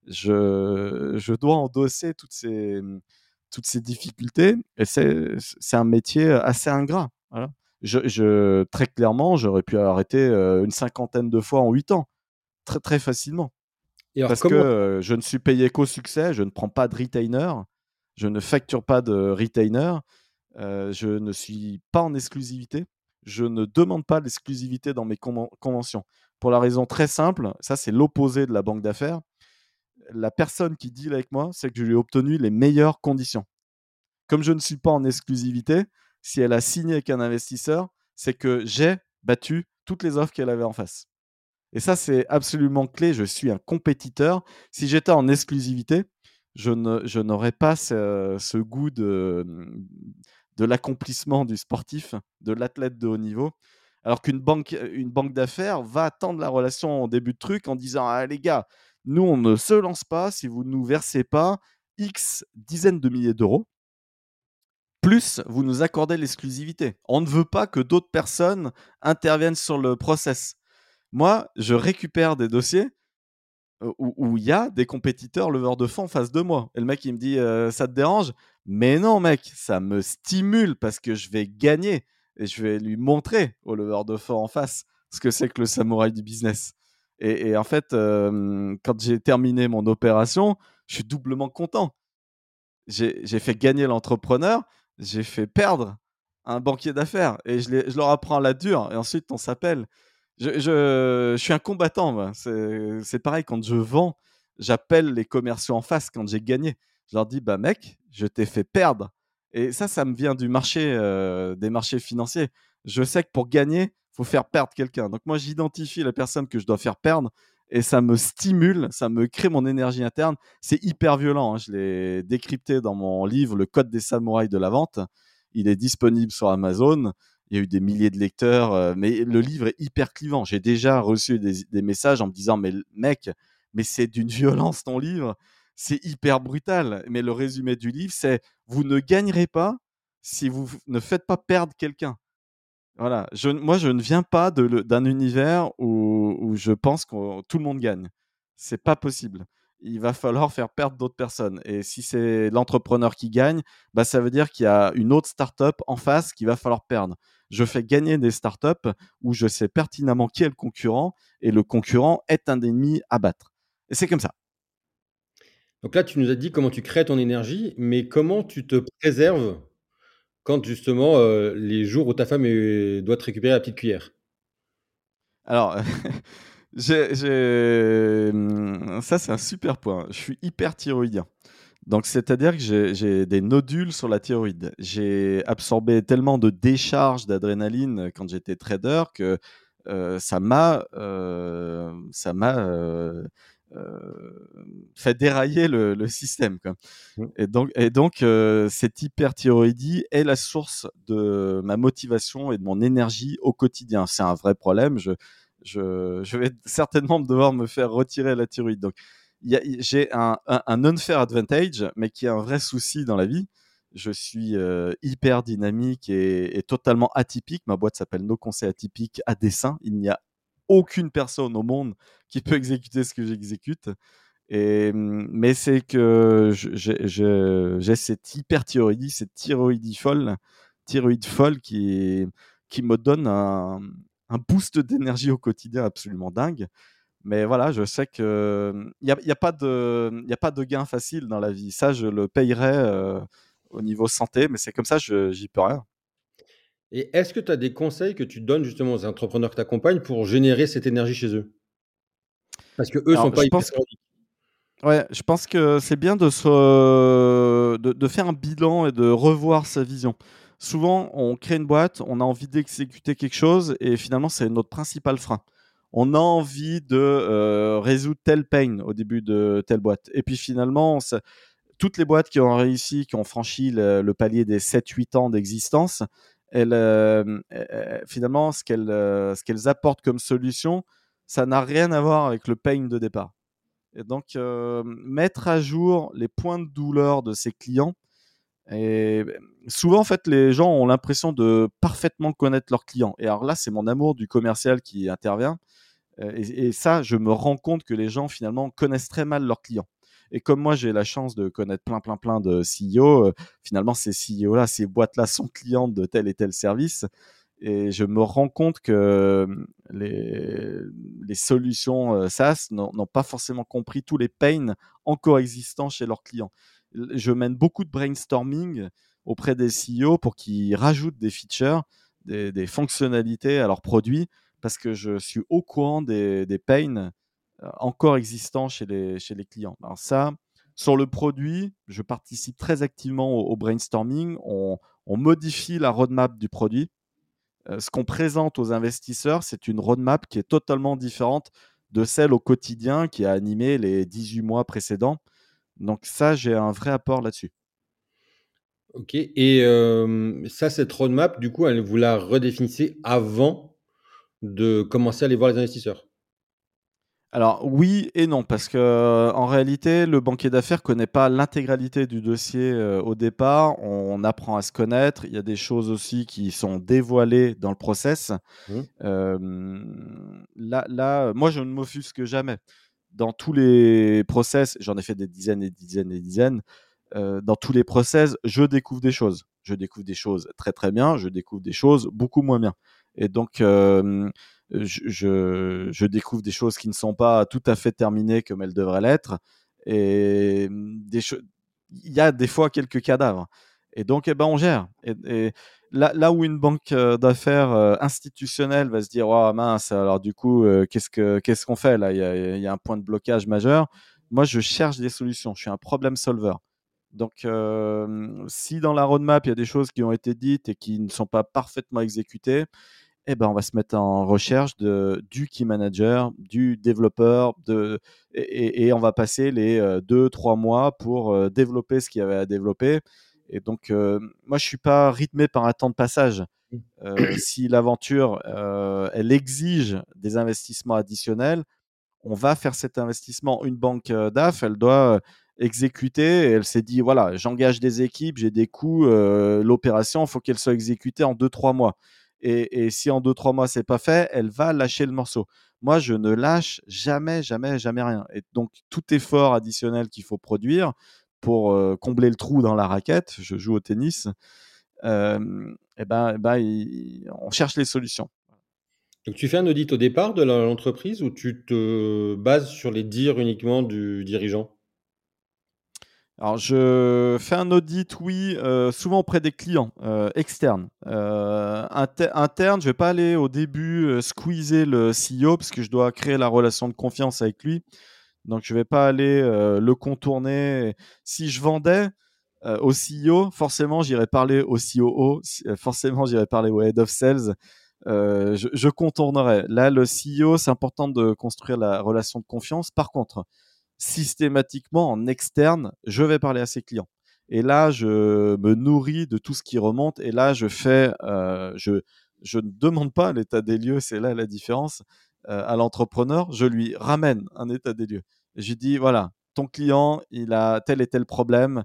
Je dois endosser toutes ces difficultés et c'est un métier assez ingrat, voilà. Très clairement, j'aurais pu arrêter, une cinquantaine de fois en 8 ans, très, très facilement. Et alors Parce que, comment je ne suis payé qu'au succès, je ne prends pas de retainer, je ne facture pas de retainer, je ne suis pas en exclusivité, je ne demande pas l'exclusivité dans mes conventions. Pour la raison très simple, ça c'est l'opposé de la banque d'affaires. La personne qui deal avec moi, c'est que je lui ai obtenu les meilleures conditions. Comme je ne suis pas en exclusivité, si elle a signé avec un investisseur, c'est que j'ai battu toutes les offres qu'elle avait en face. Et ça, c'est absolument clé. Je suis un compétiteur. Si j'étais en exclusivité, je n'aurais pas ce goût de l'accomplissement du sportif, de l'athlète de haut niveau. Alors une banque d'affaires va attendre la relation en début de truc en disant: «Ah les gars, nous on ne se lance pas si vous ne nous versez pas X dizaines de milliers d'euros, plus vous nous accordez l'exclusivité. On ne veut pas que d'autres personnes interviennent sur le process». Moi, je récupère des dossiers où il y a des compétiteurs leveurs de fonds en face de moi. Et le mec, il me dit: «Ça te dérange?» Mais non mec, ça me stimule parce que je vais gagner et je vais lui montrer au leveur de fonds en face ce que c'est que le samouraï du business. Et en fait, quand j'ai terminé mon opération, je suis doublement content. J'ai fait gagner l'entrepreneur, j'ai fait perdre un banquier d'affaires et je leur apprends à la dure et ensuite on s'appelle. Je suis un combattant, moi. C'est pareil quand je vends, j'appelle les commerciaux en face quand j'ai gagné. Je leur dis: «Bah mec, je t'ai fait perdre» et ça me vient du marché, des marchés financiers. Je sais que pour gagner, il faut faire perdre quelqu'un. Donc moi, j'identifie la personne que je dois faire perdre et ça me stimule, ça me crée mon énergie interne. C'est hyper violent, hein. Je l'ai décrypté dans mon livre «Le code des samouraïs de la vente». Il est disponible sur Amazon. Il y a eu des milliers de lecteurs, mais le livre est hyper clivant. J'ai déjà reçu des messages en me disant: «Mais mec, mais c'est d'une violence ton livre, c'est hyper brutal». Mais le résumé du livre, c'est: «Vous ne gagnerez pas si vous ne faites pas perdre quelqu'un». Voilà, moi je ne viens pas d'un univers où je pense que tout le monde gagne. C'est pas possible. Il va falloir faire perdre d'autres personnes et si c'est l'entrepreneur qui gagne, bah, ça veut dire qu'il y a une autre start-up en face qu'il va falloir perdre. Je fais gagner des start-up où je sais pertinemment qui est le concurrent et le concurrent est un ennemi à battre et c'est comme ça. Donc là, tu nous as dit comment tu crées ton énergie, mais comment tu te préserves quand justement, les jours où ta femme, doit te récupérer la petite cuillère? Alors, ça c'est un super point. Je suis hyperthyroïdien. Donc, c'est-à-dire que j'ai des nodules sur la thyroïde. J'ai absorbé tellement de décharges d'adrénaline quand j'étais trader que, heu, fait dérailler le système, quoi. Mmh. Cette hyperthyroïdie est la source de ma motivation et de mon énergie au quotidien. C'est un vrai problème. Je vais certainement devoir me faire retirer la thyroïde. Donc, j'ai un unfair advantage, mais qui est un vrai souci dans la vie. Je suis hyper dynamique et totalement atypique. Ma boîte s'appelle Nos Conseils Atypiques à dessein. Il n'y a aucune personne au monde qui peut exécuter ce que j'exécute. Mais c'est que j'ai cette hyperthyroïdie, cette thyroïde folle qui me donne un boost d'énergie au quotidien absolument dingue. Mais voilà, je sais que il y a pas de gain facile dans la vie. Ça, je le payerai, au niveau santé, mais c'est comme ça, j'y peux rien. Et est-ce que tu as des conseils que tu donnes justement aux entrepreneurs que tu accompagnes pour générer cette énergie chez eux? Parce qu'eux Alors sont pas hyper thyroïdes. je pense que c'est bien de faire un bilan et de revoir sa vision. Souvent, on crée une boîte, on a envie d'exécuter quelque chose et finalement, c'est notre principal frein. On a envie de, résoudre tel pain au début de telle boîte et puis finalement, toutes les boîtes qui ont réussi, qui ont franchi le palier des 7-8 ans d'existence, finalement, ce qu'elles apportent comme solution, ça n'a rien à voir avec le pain de départ. Et donc, mettre à jour les points de douleur de ses clients. Et souvent, en fait, les gens ont l'impression de parfaitement connaître leurs clients. Et alors là, c'est mon amour du commercial qui intervient. Et ça, je me rends compte que les gens, finalement, connaissent très mal leurs clients. Et comme moi, j'ai la chance de connaître plein de CEO, finalement, ces CEO-là, ces boîtes-là sont clientes de tel et tel service. Et je me rends compte que les, les solutions SaaS n'ont pas forcément compris tous les pains encore existants chez leurs clients. Je mène beaucoup de brainstorming auprès des CEO pour qu'ils rajoutent des features, des fonctionnalités à leurs produits, parce que je suis au courant des pains encore existants chez les clients. Alors ça, sur le produit, je participe très activement au brainstorming. On modifie la roadmap du produit. Ce qu'on présente aux investisseurs, c'est une roadmap qui est totalement différente de celle au quotidien qui a animé les 18 mois précédents. Donc ça, j'ai un vrai apport là-dessus. OK et ça, cette roadmap, du coup, vous la redéfinissez avant de commencer à aller voir les investisseurs? Alors oui et non, parce que en réalité, le banquier d'affaires connaît pas l'intégralité du dossier au départ. On apprend à se connaître. Il y a des choses aussi qui sont dévoilées dans le process. Mmh. Moi, je ne m'offusque jamais. Dans tous les process, j'en ai fait des dizaines et des dizaines et des dizaines. Dans tous les process, je découvre des choses. Je découvre des choses très très bien, je découvre des choses beaucoup moins bien. Et donc, je découvre des choses qui ne sont pas tout à fait terminées comme elles devraient l'être. Et il y a des fois quelques cadavres. Et donc, eh ben, on gère. Et là où une banque d'affaires institutionnelle va se dire, oh mince, alors du coup, qu'est-ce qu'on fait là, il y a un point de blocage majeur. Moi, je cherche des solutions. Je suis un problem solver. Donc, si dans la roadmap, il y a des choses qui ont été dites et qui ne sont pas parfaitement exécutées, eh ben, on va se mettre en recherche du key manager, du développeur, et on va passer les 2-3 mois pour développer ce qu'il y avait à développer. Et donc, moi, je ne suis pas rythmé par un temps de passage. Si l'aventure, elle exige des investissements additionnels, on va faire cet investissement. Une banque DAF, elle doit exécuter. Et elle s'est dit, voilà, j'engage des équipes, j'ai des coûts, l'opération, il faut qu'elle soit exécutée en 2-3 mois. Et si en 2-3 mois, c'est pas fait, elle va lâcher le morceau. Moi, je ne lâche jamais, jamais, jamais rien. Et donc, tout effort additionnel qu'il faut produire pour combler le trou dans la raquette, je joue au tennis, on cherche les solutions. Donc tu fais un audit au départ de l'entreprise ou tu te bases sur les dires uniquement du dirigeant? Alors, je fais un audit, oui, souvent auprès des clients, externes. Interne, je vais pas aller au début, squeezer le CEO parce que je dois créer la relation de confiance avec lui. Donc je vais pas aller, le contourner. Si je vendais, au CEO, forcément, j'irais parler au COO, forcément, j'irais parler au head of sales. Je contournerais. Là, le CEO, c'est important de construire la relation de confiance. Par contre, systématiquement en externe, je vais parler à ses clients. Et là, je me nourris de tout ce qui remonte. Et là, je ne demande pas l'état des lieux, c'est là la différence, à l'entrepreneur. Je lui ramène un état des lieux. Je lui dis, voilà, ton client, il a tel et tel problème.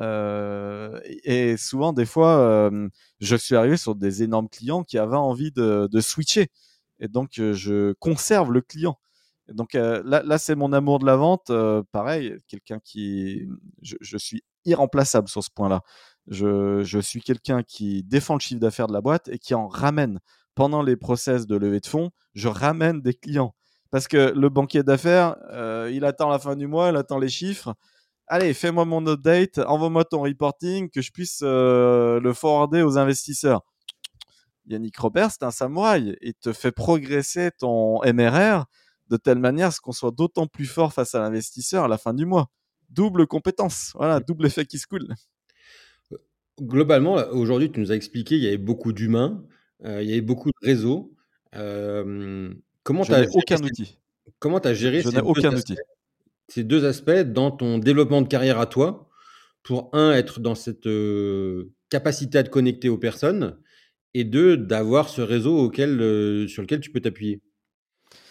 Et souvent, des fois, je suis arrivé sur des énormes clients qui avaient envie de switcher. Et donc, je conserve le client. Donc là, c'est mon amour de la vente. Pareil, quelqu'un qui, je suis irremplaçable sur ce point-là. Je suis quelqu'un qui défend le chiffre d'affaires de la boîte et qui en ramène pendant les process de levée de fonds. Je ramène des clients parce que le banquier d'affaires, il attend la fin du mois, il attend les chiffres. Allez, fais-moi mon update, envoie-moi ton reporting que je puisse le forwarder aux investisseurs. Yannick Robert, c'est un samouraï. Il te fait progresser ton MRR de telle manière à ce qu'on soit d'autant plus fort face à l'investisseur à la fin du mois. Double compétence, voilà, double effet qui se coule. Globalement, là, aujourd'hui, tu nous as expliqué, il y avait beaucoup d'humains, il y avait beaucoup de réseaux. Comment Je tu as n'ai géré aucun outil. Je n'ai aucun outil. ces 2 aspects dans ton développement de carrière à toi? Pour un être dans cette, capacité à te connecter aux personnes et 2 d'avoir ce réseau sur lequel tu peux t'appuyer?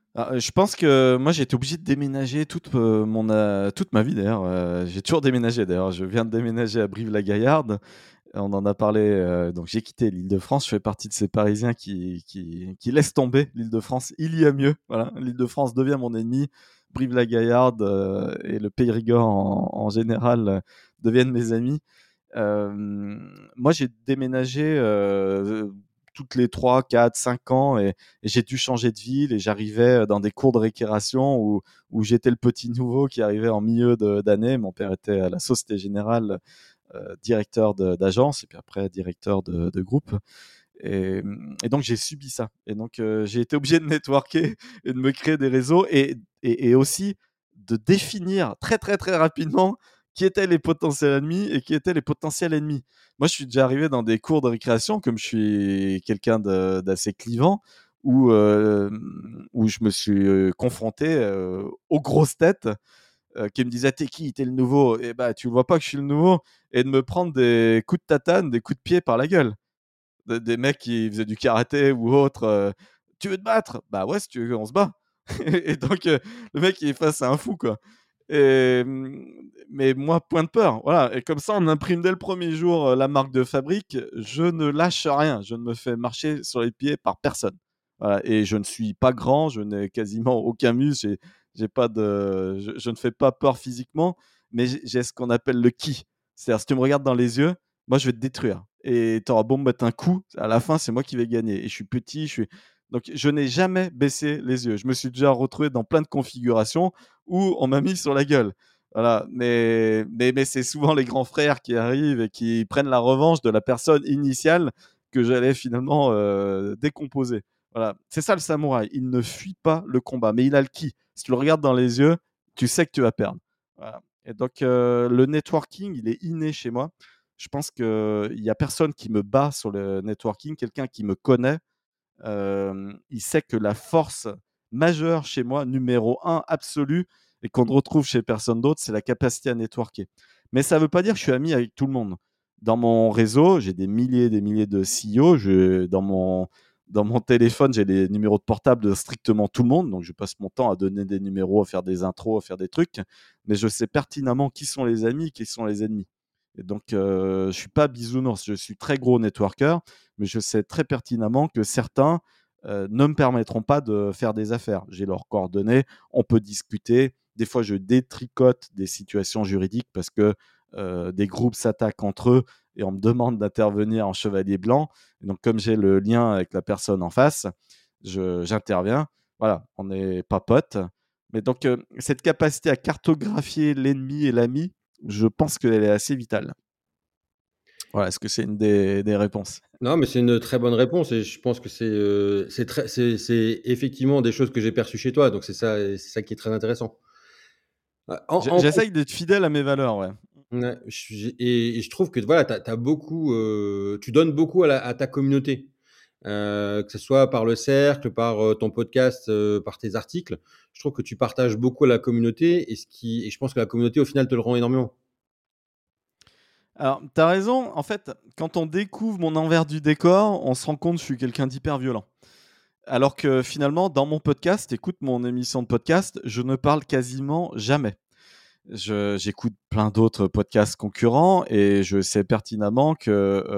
Je pense que moi, j'ai été obligé de déménager toute ma vie d'ailleurs. J'ai toujours déménagé d'ailleurs. Je viens de déménager à Brive-la-Gaillarde. On en a parlé, donc j'ai quitté l'Île-de-France. Je fais partie de ces Parisiens qui laissent tomber l'Île-de-France. Il y a mieux. Voilà, l'Île-de-France devient mon ennemi. Brive-la-Gaillarde et le Périgord en général deviennent mes amis. Moi, j'ai déménagé toutes les 3, 4, 5 ans et j'ai dû changer de ville et j'arrivais dans des cours de récréation où j'étais le petit nouveau qui arrivait en milieu d'année. Mon père était à la Société Générale, directeur d'agence et puis après directeur de groupe. Et donc j'ai subi ça. Et donc j'ai été obligé de networker et de me créer des réseaux et aussi de définir très très très rapidement qui étaient les potentiels ennemis et qui étaient les potentiels ennemis. Moi, je suis déjà arrivé dans des cours de récréation, comme je suis quelqu'un d'assez clivant, où je me suis confronté aux grosses têtes qui me disaient t'es qui, t'es le nouveau, et bah tu vois pas que je suis le nouveau, et de me prendre des coups de tatane, des coups de pied par la gueule des mecs qui faisaient du karaté ou autre. Tu veux te battre? Bah ouais, si tu veux, on se bat. Et donc, le mec, il est face à un fou, quoi. Mais moi, point de peur. Voilà. Et comme ça, on imprime dès le premier jour la marque de fabrique. Je ne lâche rien. Je ne me fais marcher sur les pieds par personne. Voilà. Et je ne suis pas grand. Je n'ai quasiment aucun muscle. J'ai pas je ne fais pas peur physiquement. Mais j'ai ce qu'on appelle le ki. C'est-à-dire, si tu me regardes dans les yeux, moi, je vais te détruire. Et tu auras beau me mettre un coup. À la fin, c'est moi qui vais gagner. Et je suis petit. Donc, je n'ai jamais baissé les yeux. Je me suis déjà retrouvé dans plein de configurations où on m'a mis sur la gueule. Voilà, mais c'est souvent les grands frères qui arrivent et qui prennent la revanche de la personne initiale que j'allais finalement décomposer. Voilà, c'est ça le samouraï. Il ne fuit pas le combat, mais il a le ki. Si tu le regardes dans les yeux, tu sais que tu vas perdre. Voilà. Et donc le networking, il est inné chez moi. Je pense qu'il n'y a personne qui me bat sur le networking, quelqu'un qui me connaît il sait que la force majeure chez moi, numéro un absolu, et qu'on ne retrouve chez personne d'autre, c'est la capacité à networker. Mais ça ne veut pas dire que je suis ami avec tout le monde. Dans mon réseau, j'ai des milliers de CEO. Dans mon téléphone, j'ai les numéros de portable de strictement tout le monde. Donc, je passe mon temps à donner des numéros, à faire des intros, à faire des trucs. Mais je sais pertinemment qui sont les amis, qui sont les ennemis. Et donc, je ne suis pas bisounours. Je suis très gros networker, mais je sais très pertinemment que certains ne me permettront pas de faire des affaires. J'ai leurs coordonnées, on peut discuter. Des fois, je détricote des situations juridiques parce que des groupes s'attaquent entre eux et on me demande d'intervenir en chevalier blanc. Et donc, comme j'ai le lien avec la personne en face, j'interviens. Voilà, on n'est pas potes. Mais donc, cette capacité à cartographier l'ennemi et l'ami, je pense qu'elle est assez vitale. Voilà, est-ce que c'est une des réponses? Non, mais c'est une très bonne réponse et je pense que c'est effectivement des choses que j'ai perçues chez toi, donc c'est ça qui est très intéressant. En J'essaye d'être fidèle à mes valeurs, ouais. Ouais, et je trouve que voilà, tu as beaucoup, tu donnes beaucoup à ta communauté, que ce soit par le cercle, par, ton podcast, par tes articles. Je trouve que tu partages beaucoup à la communauté et je pense que la communauté, au final, te le rend énormément. Alors, tu as raison, en fait, quand on découvre mon envers du décor, on se rend compte que je suis quelqu'un d'hyper violent. Alors que finalement, dans mon podcast, écoute mon émission de podcast, je ne parle quasiment jamais. J'écoute plein d'autres podcasts concurrents et je sais pertinemment que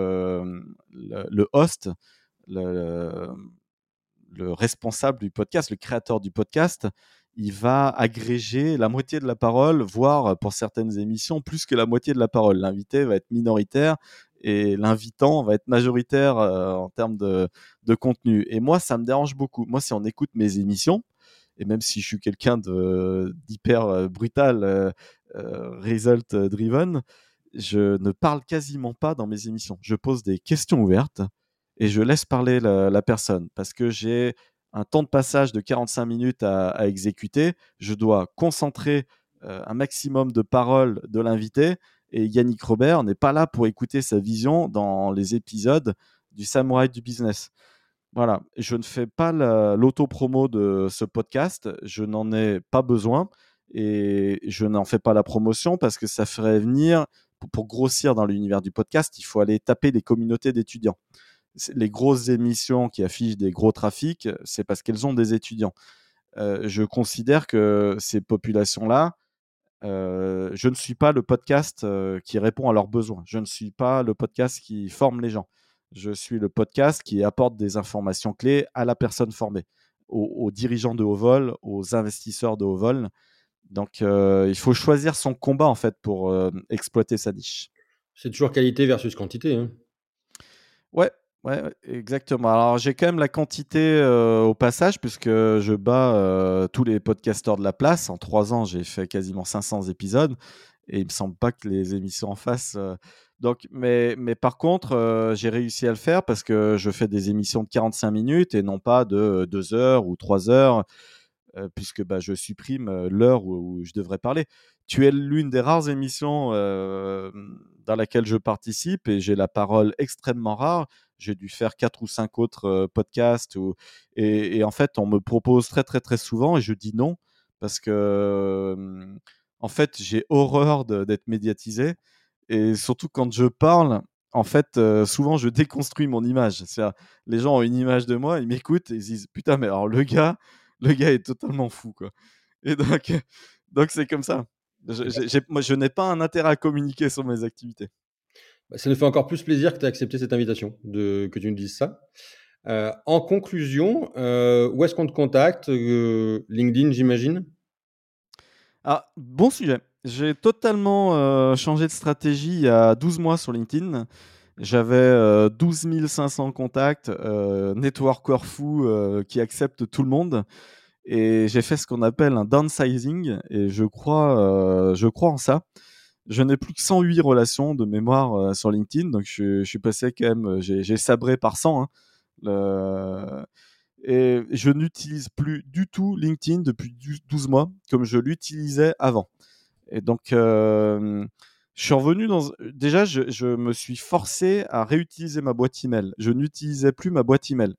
le host, le, le responsable du podcast, le créateur du podcast, il va agréger la moitié de la parole, voire pour certaines émissions, plus que la moitié de la parole. L'invité va être minoritaire et l'invitant va être majoritaire en termes de contenu. Et moi, ça me dérange beaucoup. Moi, si on écoute mes émissions, et même si je suis quelqu'un d'hyper brutal, result driven, je ne parle quasiment pas dans mes émissions. Je pose des questions ouvertes et je laisse parler la personne parce que j'ai un temps de passage de 45 minutes à exécuter. Je dois concentrer un maximum de paroles de l'invité et Yannick Robert n'est pas là pour écouter sa vision dans les épisodes du Samouraï du business. Voilà, je ne fais pas l'auto-promo de ce podcast, je n'en ai pas besoin et je n'en fais pas la promotion parce que ça ferait venir, pour grossir dans l'univers du podcast, il faut aller taper les communautés d'étudiants. Les grosses émissions qui affichent des gros trafics, c'est parce qu'elles ont des étudiants. je considère que ces populations-là, je ne suis pas le podcast qui répond à leurs besoins. Je ne suis pas le podcast qui forme les gens. Je suis le podcast qui apporte des informations clés à la personne formée, aux dirigeants de haut vol, aux investisseurs de haut vol. Donc, il faut choisir son combat en fait pour exploiter sa niche. C'est toujours qualité versus quantité, hein. Ouais, ouais, ouais, exactement. Alors, j'ai quand même la quantité au passage, puisque je bats tous les podcasteurs de la place. En 3 ans, j'ai fait quasiment 500 épisodes et il me semble pas que les émissions en face. Donc, mais par contre, j'ai réussi à le faire parce que je fais des émissions de 45 minutes et non pas de 2 heures ou 3 heures, puisque bah, je supprime l'heure où je devrais parler. Tu es l'une des rares émissions dans laquelle je participe et j'ai la parole extrêmement rare. J'ai dû faire 4 ou 5 autres podcasts et en fait, on me propose très, très, très souvent et je dis non parce que, en fait, j'ai horreur d'être médiatisé et surtout quand je parle, en fait, souvent je déconstruis mon image. C'est-à-dire, les gens ont une image de moi, ils m'écoutent et ils se disent putain, mais alors le gars est totalement fou, quoi. Et donc c'est comme ça. Eh ben, Moi, je n'ai pas un intérêt à communiquer sur mes activités. bah, ça nous fait encore plus plaisir que tu aies accepté cette invitation, que tu nous dises ça. En conclusion, où est-ce qu'on te contacte? LinkedIn, j'imagine? Ah, bon sujet. J'ai totalement changé de stratégie il y a 12 mois sur LinkedIn. J'avais 12 500 contacts, networker fou qui accepte tout le monde. Et j'ai fait ce qu'on appelle un downsizing et je crois en ça. Je n'ai plus que 108 relations de mémoire sur LinkedIn, donc je suis passé quand même, j'ai sabré par 100, hein. Le- Et je n'utilise plus du tout LinkedIn depuis 12 mois comme je l'utilisais avant. Et donc, je suis revenu dans. Déjà, je me suis forcé à réutiliser ma boîte email. Je n'utilisais plus ma boîte email.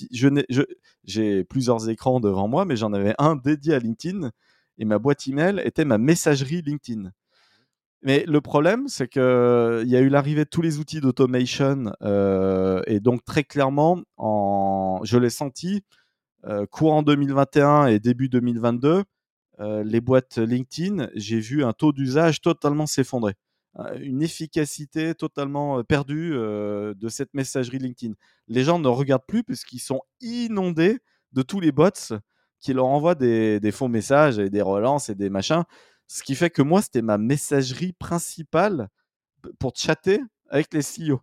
J'ai plusieurs écrans devant moi, mais j'en avais un dédié à LinkedIn et ma boîte email était ma messagerie LinkedIn. Mais le problème, c'est qu'il y a eu l'arrivée de tous les outils d'automation et donc très clairement, je l'ai senti courant 2021 et début 2022, les boîtes LinkedIn, j'ai vu un taux d'usage totalement s'effondrer. Une efficacité totalement perdue de cette messagerie LinkedIn. Les gens ne regardent plus puisqu'ils sont inondés de tous les bots qui leur envoient des faux messages et des relances et des machins. Ce qui fait que moi, c'était ma messagerie principale pour chatter avec les CEO.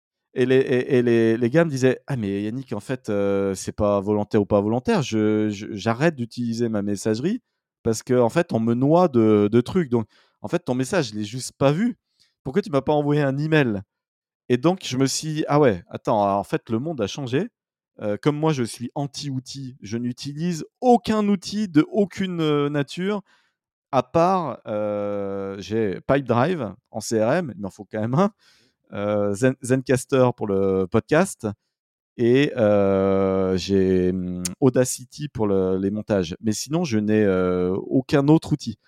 Les gars me disaient: «Ah mais Yannick, en fait, c'est pas volontaire ou pas volontaire, j'arrête d'utiliser ma messagerie parce qu'en en fait, on me noie de trucs. Donc en fait, ton message, je l'ai juste pas vu. Pourquoi tu m'as pas envoyé un email?» Et donc je me suis dit: «Ah ouais, attends, en fait, le monde a changé». Comme moi, je suis anti-outil, je n'utilise aucun outil de aucune, nature à part, j'ai Pipedrive en CRM, il m'en faut quand même un, Zencastr pour le podcast et j'ai Audacity pour les montages. Mais sinon, je n'ai aucun autre outil.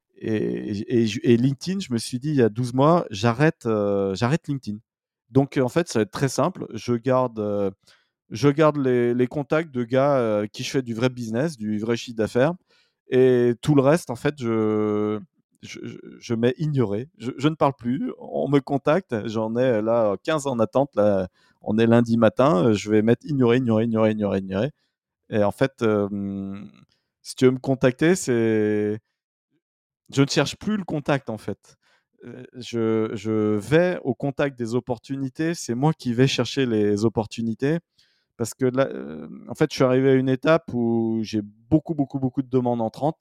Et LinkedIn, je me suis dit il y a 12 mois, j'arrête LinkedIn. Donc en fait, ça va être très simple. Je garde les contacts de gars qui je fais du vrai business, du vrai chiffre d'affaires. Et tout le reste, en fait, je mets ignoré. Je ne parle plus. On me contacte. J'en ai là 15 en attente. Là, on est lundi matin. Je vais mettre ignoré, ignoré, ignoré, ignoré, ignoré. Et en fait, si tu veux me contacter, je ne cherche plus le contact en fait. Je vais au contact des opportunités. C'est moi qui vais chercher les opportunités. Parce que là, en fait, je suis arrivé à une étape où j'ai beaucoup, beaucoup, beaucoup de demandes entrantes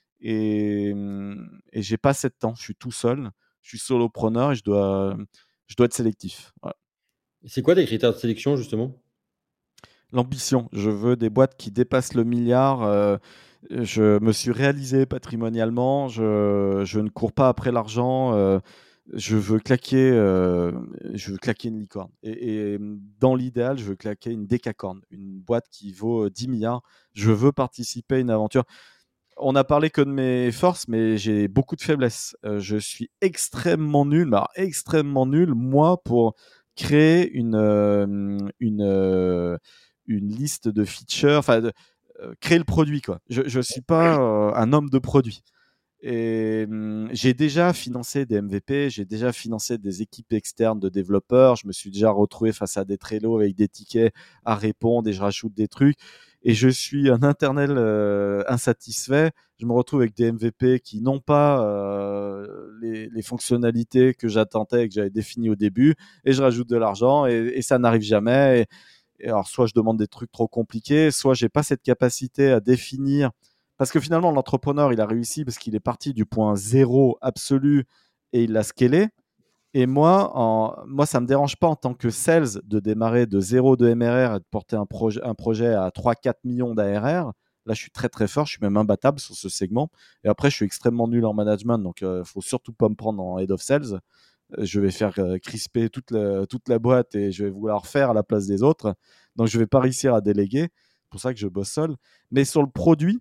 et j'ai pas assez de temps. Je suis tout seul, je suis solopreneur et je dois être sélectif. Voilà. C'est quoi tes critères de sélection, justement? L'ambition, je veux des boîtes qui dépassent le milliard. Je me suis réalisé patrimonialement. Je ne cours pas après l'argent. Je veux claquer, une licorne. Et dans l'idéal, je veux claquer une décacorne, une boîte qui vaut 10 milliards. Je veux participer à une aventure. On a parlé que de mes forces, mais j'ai beaucoup de faiblesses. Je suis extrêmement nul, mais alors extrêmement nul, moi, pour créer une liste de features. Enfin, créer le produit, quoi. Je suis pas un homme de produit. Et j'ai déjà financé des MVP, j'ai déjà financé des équipes externes de développeurs. Je me suis déjà retrouvé face à des Trello avec des tickets à répondre et je rajoute des trucs. Et je suis un internel insatisfait. Je me retrouve avec des MVP qui n'ont pas les fonctionnalités que j'attendais et que j'avais définies au début. Et je rajoute de l'argent et ça n'arrive jamais. Et alors, soit je demande des trucs trop compliqués, soit j'ai pas cette capacité à définir. Parce que finalement, l'entrepreneur, il a réussi parce qu'il est parti du point zéro absolu et il l'a scalé. Et moi, ça me dérange pas en tant que sales de démarrer de zéro de MRR et de porter un projet à 3-4 millions d'ARR. Là, je suis très très fort, je suis même imbattable sur ce segment. Et après, je suis extrêmement nul en management, donc faut surtout pas me prendre en head of sales. Je vais faire crisper toute la boîte et je vais vouloir faire à la place des autres. Donc, je vais pas réussir à déléguer. C'est pour ça que je bosse seul. Mais sur le produit,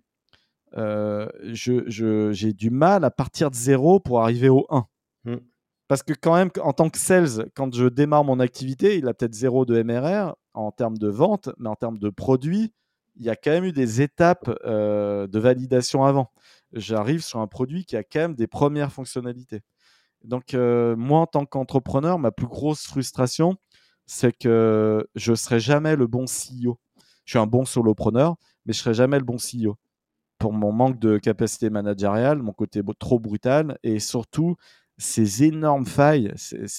j'ai du mal à partir de zéro pour arriver au 1. Mmh. Parce que quand même, en tant que sales, quand je démarre mon activité, il a peut-être zéro de MRR en termes de vente, mais en termes de produit, il y a quand même eu des étapes de validation avant. J'arrive sur un produit qui a quand même des premières fonctionnalités. Donc, moi, en tant qu'entrepreneur, ma plus grosse frustration, c'est que je ne serai jamais le bon CEO. Je suis un bon solopreneur, mais je ne serai jamais le bon CEO pour mon manque de capacité managériale, mon côté trop brutal et surtout ces énormes failles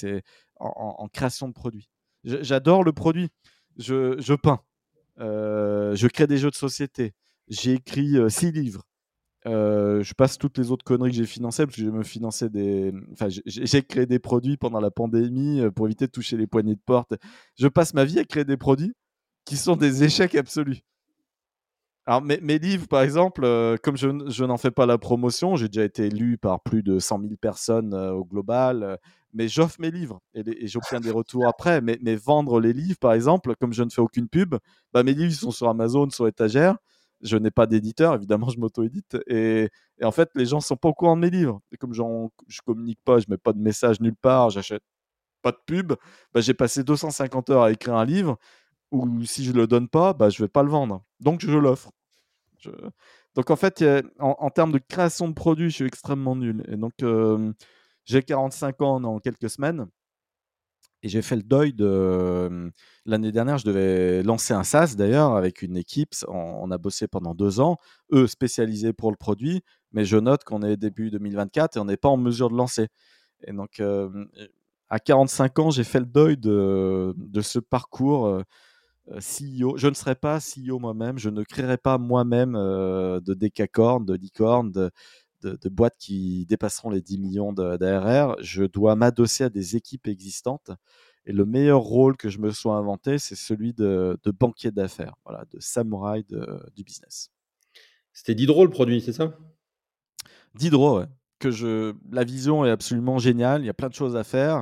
en création de produits. J'adore le produit. Je peins. Je crée des jeux de société. J'ai écrit 6 livres. Je passe toutes les autres conneries que j'ai financées parce que je me finançais des. Enfin, j'ai créé des produits pendant la pandémie pour éviter de toucher les poignées de porte. Je passe ma vie à créer des produits qui sont des échecs absolus. Alors, mes livres, par exemple, comme je n'en fais pas la promotion, j'ai déjà été lu par plus de 100 000 personnes au global, mais j'offre mes livres et j'obtiens des retours après. Mais vendre les livres, par exemple, comme je ne fais aucune pub, bah, mes livres sont sur Amazon, sur étagère. Je n'ai pas d'éditeur, évidemment, je m'auto-édite. Et en fait, les gens ne sont pas au courant de mes livres. Et comme je ne communique pas, je ne mets pas de message nulle part, j'achète pas de pub, bah, j'ai passé 250 heures à écrire un livre où si je ne le donne pas, bah, je ne vais pas le vendre. Donc, je l'offre. Je... Donc en fait, en termes de création de produits, je suis extrêmement nul. Et donc j'ai 45 ans dans quelques semaines et j'ai fait le deuil de l'année dernière. Je devais lancer un SaaS d'ailleurs avec une équipe. On a bossé pendant 2 ans, eux spécialisés pour le produit, mais je note qu'on est début 2024 et on n'est pas en mesure de lancer. Et donc à 45 ans, j'ai fait le deuil de ce parcours. CEO. Je ne serai pas CEO moi-même, je ne créerai pas moi-même de décacorn, de licorne, de boîtes qui dépasseront les 10 millions d'ARR. Je dois m'adosser à des équipes existantes. Et le meilleur rôle que je me sois inventé, c'est celui de banquier d'affaires, voilà, de samouraï du business. C'était Diderot le produit, c'est ça? Diderot, ouais, la vision est absolument géniale, il y a plein de choses à faire.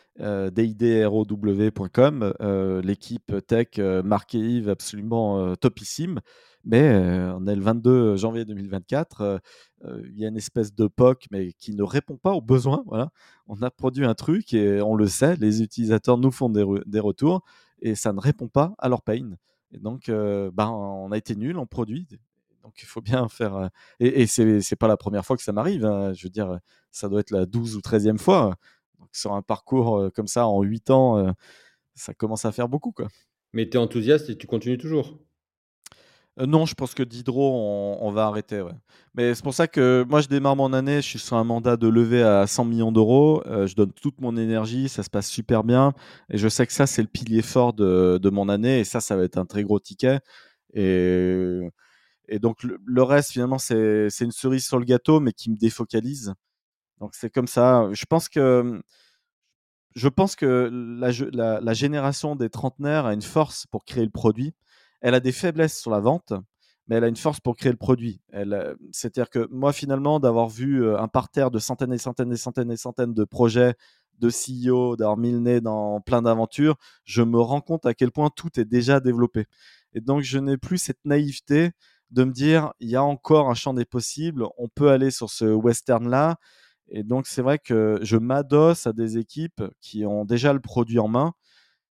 didrow.com, l'équipe tech, Marc et Yves, absolument topissime. Mais on est le 22 janvier 2024. Il y a une espèce de POC, mais qui ne répond pas aux besoins. Voilà. On a produit un truc et on le sait, les utilisateurs nous font des retours et ça ne répond pas à leur pain. Et donc, on a été nul en produit. Donc, il faut bien faire. Et c'est pas la première fois que ça m'arrive. Hein. Je veux dire, ça doit être la 12 ou 13e fois. Donc, sur un parcours comme ça, en 8 ans, ça commence à faire beaucoup, quoi. Mais tu es enthousiaste et tu continues toujours? Non, je pense que Diderot, on va arrêter, ouais. Mais c'est pour ça que moi, je démarre mon année, je suis sur un mandat de levée à 100 millions d'euros. Je donne toute mon énergie, ça se passe super bien. Et je sais que ça, c'est le pilier fort de mon année. Et ça va être un très gros ticket. Et, et donc, le reste, finalement, c'est une cerise sur le gâteau, mais qui me défocalise. Donc, c'est comme ça. Je pense que la génération des trentenaires a une force pour créer le produit. Elle a des faiblesses sur la vente, mais elle a une force pour créer le produit. C'est-à-dire que moi, finalement, d'avoir vu un parterre de centaines et centaines et centaines et centaines de projets de CEO, d'avoir mis le nez dans plein d'aventures, je me rends compte à quel point tout est déjà développé. Et donc, je n'ai plus cette naïveté de me dire, il y a encore un champ des possibles, on peut aller sur ce western-là, et donc, c'est vrai que je m'adosse à des équipes qui ont déjà le produit en main.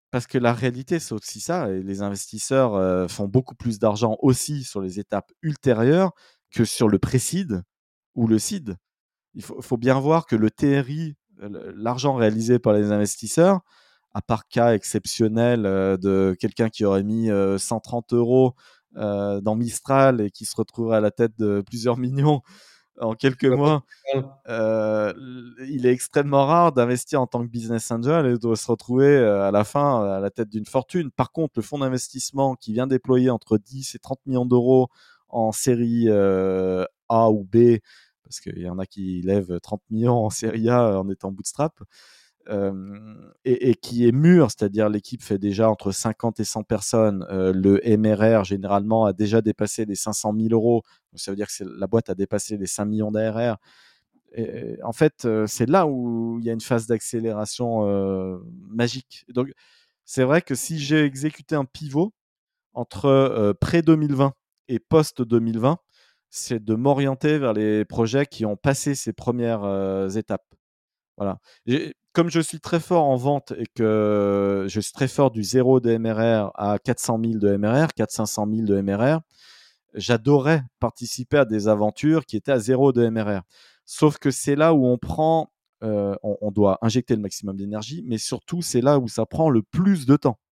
Parce que la réalité, c'est aussi ça, et les investisseurs font beaucoup plus d'argent aussi sur les étapes ultérieures que sur le pré-seed ou le seed. Il faut bien voir que le TRI, l'argent réalisé par les investisseurs, à part cas exceptionnel de quelqu'un qui aurait mis 130 euros dans Mistral et qui se retrouverait à la tête de plusieurs millions en quelques Je vois pas de mois, quoi tu parles. il est extrêmement rare d'investir en tant que business angel et de se retrouver à la fin à la tête d'une fortune. Par contre, le fonds d'investissement qui vient déployer entre 10 et 30 millions d'euros en série A ou B, parce qu'il y en a qui lèvent 30 millions en série A en étant bootstrap, et qui est mûr, c'est-à-dire l'équipe fait déjà entre 50 et 100 personnes. Le MRR, généralement, a déjà dépassé les 500 000 euros. Donc, ça veut dire que la boîte a dépassé les 5 millions d'ARR. Et en fait, c'est là où il y a une phase d'accélération magique. Donc, c'est vrai que si j'ai exécuté un pivot entre pré-2020 et post-2020, c'est de m'orienter vers les projets qui ont passé ces premières étapes. Voilà. Comme je suis très fort en vente et que je suis très fort du 0 de MRR à 400 000 de MRR, 400-500 000 de MRR, j'adorais participer à des aventures qui étaient à 0 de MRR. Sauf que c'est là où on doit injecter le maximum d'énergie, mais surtout c'est là où ça prend le plus de temps.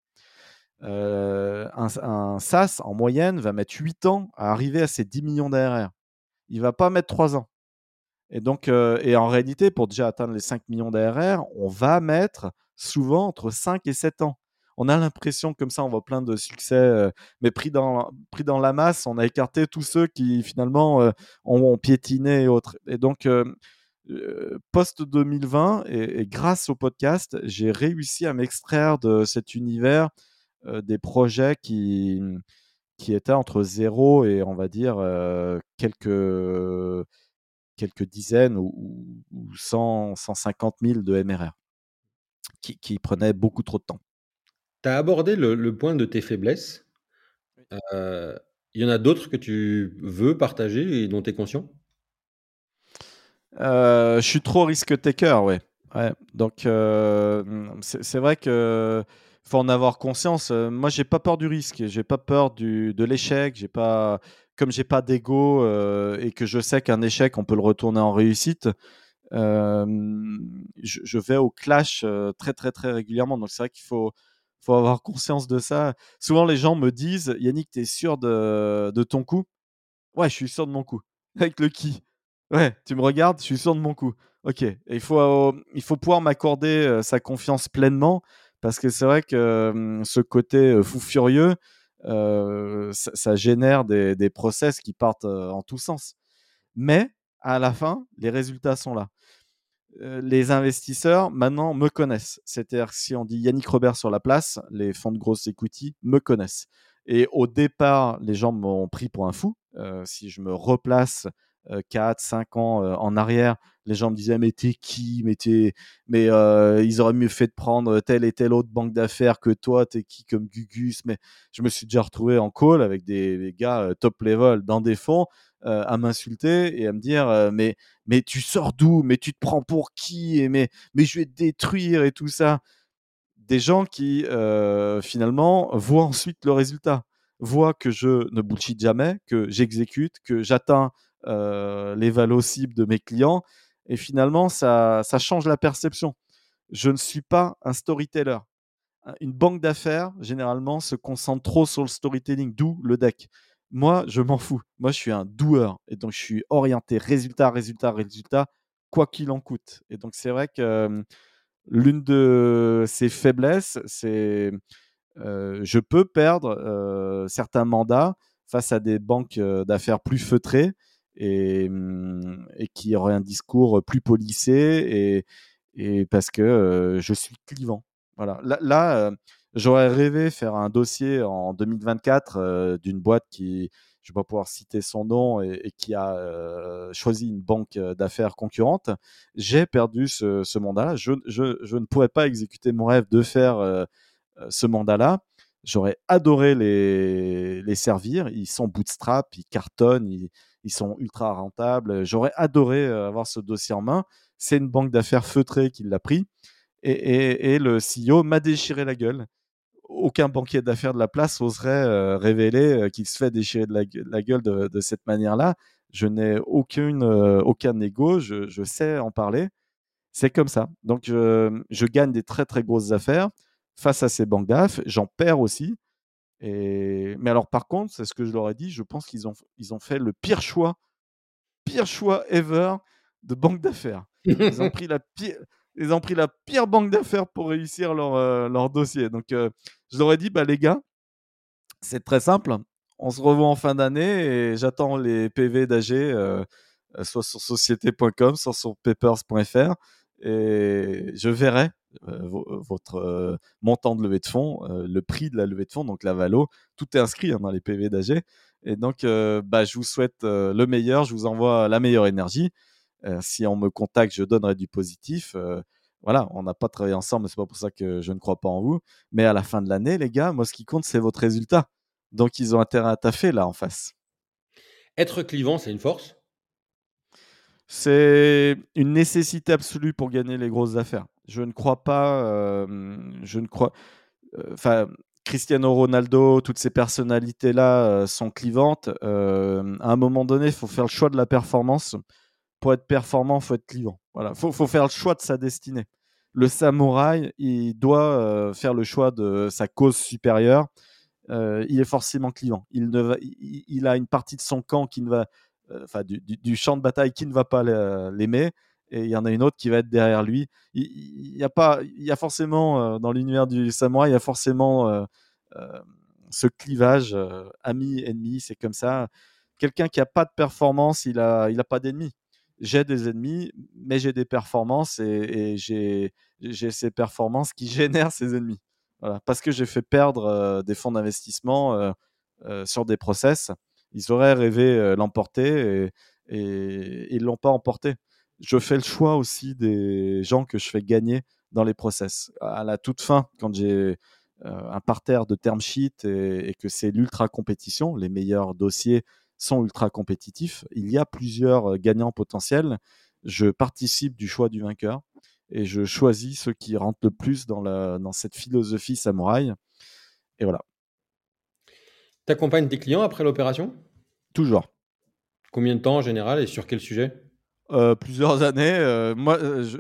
Un SaaS, en moyenne, va mettre 8 ans à arriver à ses 10 millions d'ARR. Il ne va pas mettre 3 ans. Et donc, et en réalité, pour déjà atteindre les 5 millions d'ARR, on va mettre souvent entre 5 et 7 ans. On a l'impression, comme ça, on voit plein de succès, mais pris dans la masse, on a écarté tous ceux qui, finalement, ont piétiné et autres. Et donc, post-2020, et grâce au podcast, j'ai réussi à m'extraire de cet univers des projets qui étaient entre 0 et, on va dire, quelques dizaines ou 100, 150 000 de MRR, qui prenaient beaucoup trop de temps. Tu as abordé le point de tes faiblesses. Il y en a d'autres que tu veux partager et dont tu es conscient? Je suis trop risk taker, ouais. Ouais. Donc, c'est vrai que faut en avoir conscience. Moi, j'ai pas peur du risque, j'ai pas peur de l'échec, comme j'ai pas d'ego et que je sais qu'un échec, on peut le retourner en réussite. Je vais au clash très très très régulièrement. Donc c'est vrai qu'il faut avoir conscience de ça. Souvent les gens me disent: Yannick, t'es sûr de ton coup? Ouais, je suis sûr de mon coup. Avec le qui? Ouais, tu me regardes, je suis sûr de mon coup. Ok. Et il faut pouvoir m'accorder sa confiance pleinement, parce que c'est vrai que ce côté fou furieux, ça génère des process qui partent en tous sens. Mais à la fin, les résultats sont là. Les investisseurs maintenant me connaissent. C'est-à-dire que si on dit Yannick Robert sur la place, les fonds de grosse equity me connaissent. Et au départ, les gens m'ont pris pour un fou. Si je me replace 4, 5 ans en arrière, les gens me disaient: mais t'es qui, ils auraient mieux fait de prendre telle et telle autre banque d'affaires que toi, t'es qui comme Gugus. Mais je me suis déjà retrouvé en call avec des gars top level dans des fonds à m'insulter et à me dire mais tu sors d'où? Mais tu te prends pour qui? Mais je vais te détruire et tout ça. Des gens qui, finalement, voient ensuite le résultat. Voient que je ne bullshit jamais, que j'exécute, que j'atteins les valos cibles de mes clients. Et finalement, ça change la perception. Je ne suis pas un storyteller. Une banque d'affaires, généralement, se concentre trop sur le storytelling, d'où le deck. Moi, je m'en fous. Moi, je suis un doer. Et donc, je suis orienté résultat, résultat, résultat, quoi qu'il en coûte. Et donc, c'est vrai que l'une de ces faiblesses, c'est je peux perdre certains mandats face à des banques d'affaires plus feutrées et qui auraient un discours plus policé et parce que je suis clivant. Voilà. Là, j'aurais rêvé faire un dossier en 2024 d'une boîte qui, je ne vais pas pouvoir citer son nom, et qui a choisi une banque d'affaires concurrente. J'ai perdu ce mandat-là. Je ne pourrais pas exécuter mon rêve de faire ce mandat-là. J'aurais adoré les servir. Ils sont bootstrap, ils cartonnent, ils sont ultra rentables. J'aurais adoré avoir ce dossier en main. C'est une banque d'affaires feutrée qui l'a pris. et le CEO m'a déchiré la gueule. Aucun banquier d'affaires de la place oserait révéler qu'il se fait déchirer de la gueule de cette manière-là. Je n'ai aucun ego, je sais en parler. C'est comme ça. Donc, je gagne des très, très grosses affaires face à ces banques d'AF. J'en perds aussi. Mais alors, par contre, c'est ce que je leur ai dit, je pense qu'ils ont fait le pire choix ever de banque d'affaires. Ils ont pris la pire, ils ont pris la pire banque d'affaires pour réussir leur dossier. Donc, je leur ai dit, bah, les gars, c'est très simple. On se revoit en fin d'année et j'attends les PV d'AG, soit sur société.com, soit sur papers.fr. Et je verrai votre montant de levée de fonds, le prix de la levée de fonds, donc la valo. Tout est inscrit dans les PV d'AG. Et donc, je vous souhaite le meilleur. Je vous envoie la meilleure énergie. Si on me contacte, je donnerai du positif. Voilà, on n'a pas travaillé ensemble, mais c'est pas pour ça que je ne crois pas en vous. Mais à la fin de l'année, les gars, moi, ce qui compte, c'est votre résultat. Donc, ils ont intérêt à taffer là en face. Être clivant, c'est une force? C'est une nécessité absolue pour gagner les grosses affaires. Je ne crois pas. Je ne crois. Enfin, Cristiano Ronaldo, toutes ces personnalités-là sont clivantes. À un moment donné, il faut faire le choix de la performance. Pour être performant, il faut être clivant. Voilà, faut faire le choix de sa destinée. Le samouraï, il doit faire le choix de sa cause supérieure. Il est forcément clivant. Il a une partie de son camp qui ne va, du champ de bataille qui ne va pas l'aimer, et il y en a une autre qui va être derrière lui. Il y a forcément dans l'univers du samouraï, il y a forcément euh, ce clivage ami-ennemi. C'est comme ça. Quelqu'un qui a pas de performance, il a pas d'ennemis. J'ai des ennemis, mais j'ai des performances et j'ai ces performances qui génèrent ces ennemis. Voilà, parce que j'ai fait perdre des fonds d'investissement sur des process. Ils auraient rêvé l'emporter et ils ne l'ont pas emporté. Je fais le choix aussi des gens que je fais gagner dans les process. À la toute fin, quand j'ai un parterre de term sheet et que c'est l'ultra compétition, les meilleurs dossiers sont ultra compétitifs, il y a plusieurs gagnants potentiels. Je participe du choix du vainqueur et je choisis ceux qui rentrent le plus dans cette philosophie samouraï. Et voilà, Tu accompagnes tes clients après l'opération? toujours. Combien de temps en général et sur quel sujet? Plusieurs années, moi,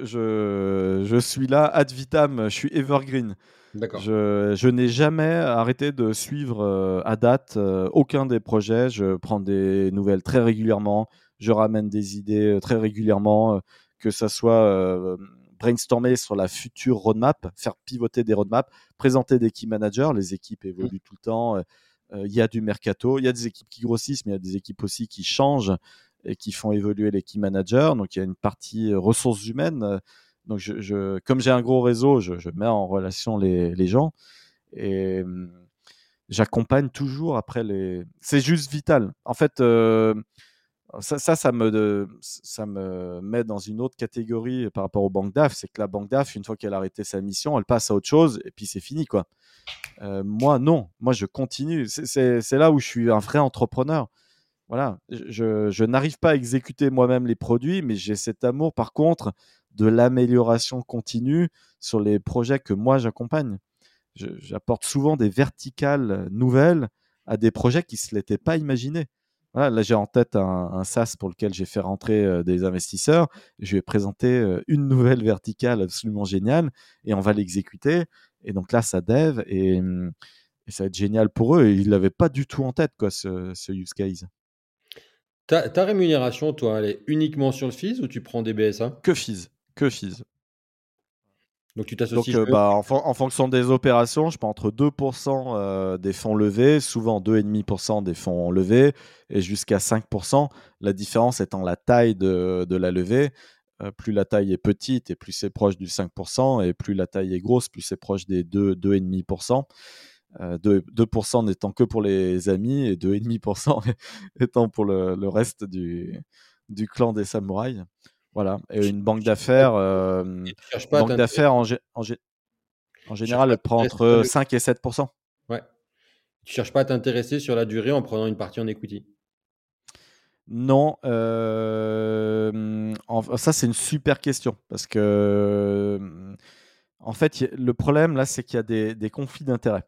je suis là ad vitam, je suis evergreen. D'accord. Je n'ai jamais arrêté de suivre à date aucun des projets. Je prends des nouvelles très régulièrement. Je ramène des idées très régulièrement, que ça soit brainstormer sur la future roadmap, faire pivoter des roadmaps, présenter des key managers. Les équipes évoluent tout le temps. Il y a du mercato, il y a des équipes qui grossissent, mais il y a des équipes aussi qui changent et qui font évoluer les key managers. Donc il y a une partie ressources humaines. Donc, comme j'ai un gros réseau, je mets en relation les gens et j'accompagne toujours après les. C'est juste vital. En fait, ça me met dans une autre catégorie par rapport aux banques d'AF. C'est que la banque d'AF, une fois qu'elle a arrêté sa mission, elle passe à autre chose et puis c'est fini, quoi. Moi, non. Moi, je continue. C'est là où je suis un vrai entrepreneur. Voilà, je n'arrive pas à exécuter moi-même les produits, mais j'ai cet amour, par contre, de l'amélioration continue sur les projets que moi j'accompagne. J'apporte souvent des verticales nouvelles à des projets qui ne se l'étaient pas imaginés. Voilà, là, j'ai en tête un SaaS pour lequel j'ai fait rentrer des investisseurs. Je lui ai présenté une nouvelle verticale absolument géniale et on va l'exécuter. Et donc là, ça dev et ça va être génial pour eux. Et ils ne l'avaient pas du tout en tête, quoi, ce use case. Ta rémunération, toi, elle est uniquement sur le FIS ou tu prends des BSA? Que FIS, que FIS. Donc tu Donc, t'associes jamais? en fonction des opérations, je prends entre 2% des fonds levés, souvent 2,5% des fonds levés, et jusqu'à 5%. La différence étant la taille de la levée. Plus la taille est petite et plus c'est proche du 5%, et plus la taille est grosse, plus c'est proche des 2,5%. 2% n'étant que pour les amis et 2,5% étant pour le reste du clan des samouraïs. Voilà. Et Tu une banque cherches pas d'affaires, et tu cherches pas à banque d'affaires t'intéresser en tu cherches général, pas à elle prend t'intéresser sur la entre durée? 5 et 7%. Ouais. Tu cherches pas à t'intéresser sur la durée en prenant une partie en equity? Non, ça c'est une super question parce que fait, le problème là, c'est qu'il y a des conflits d'intérêts.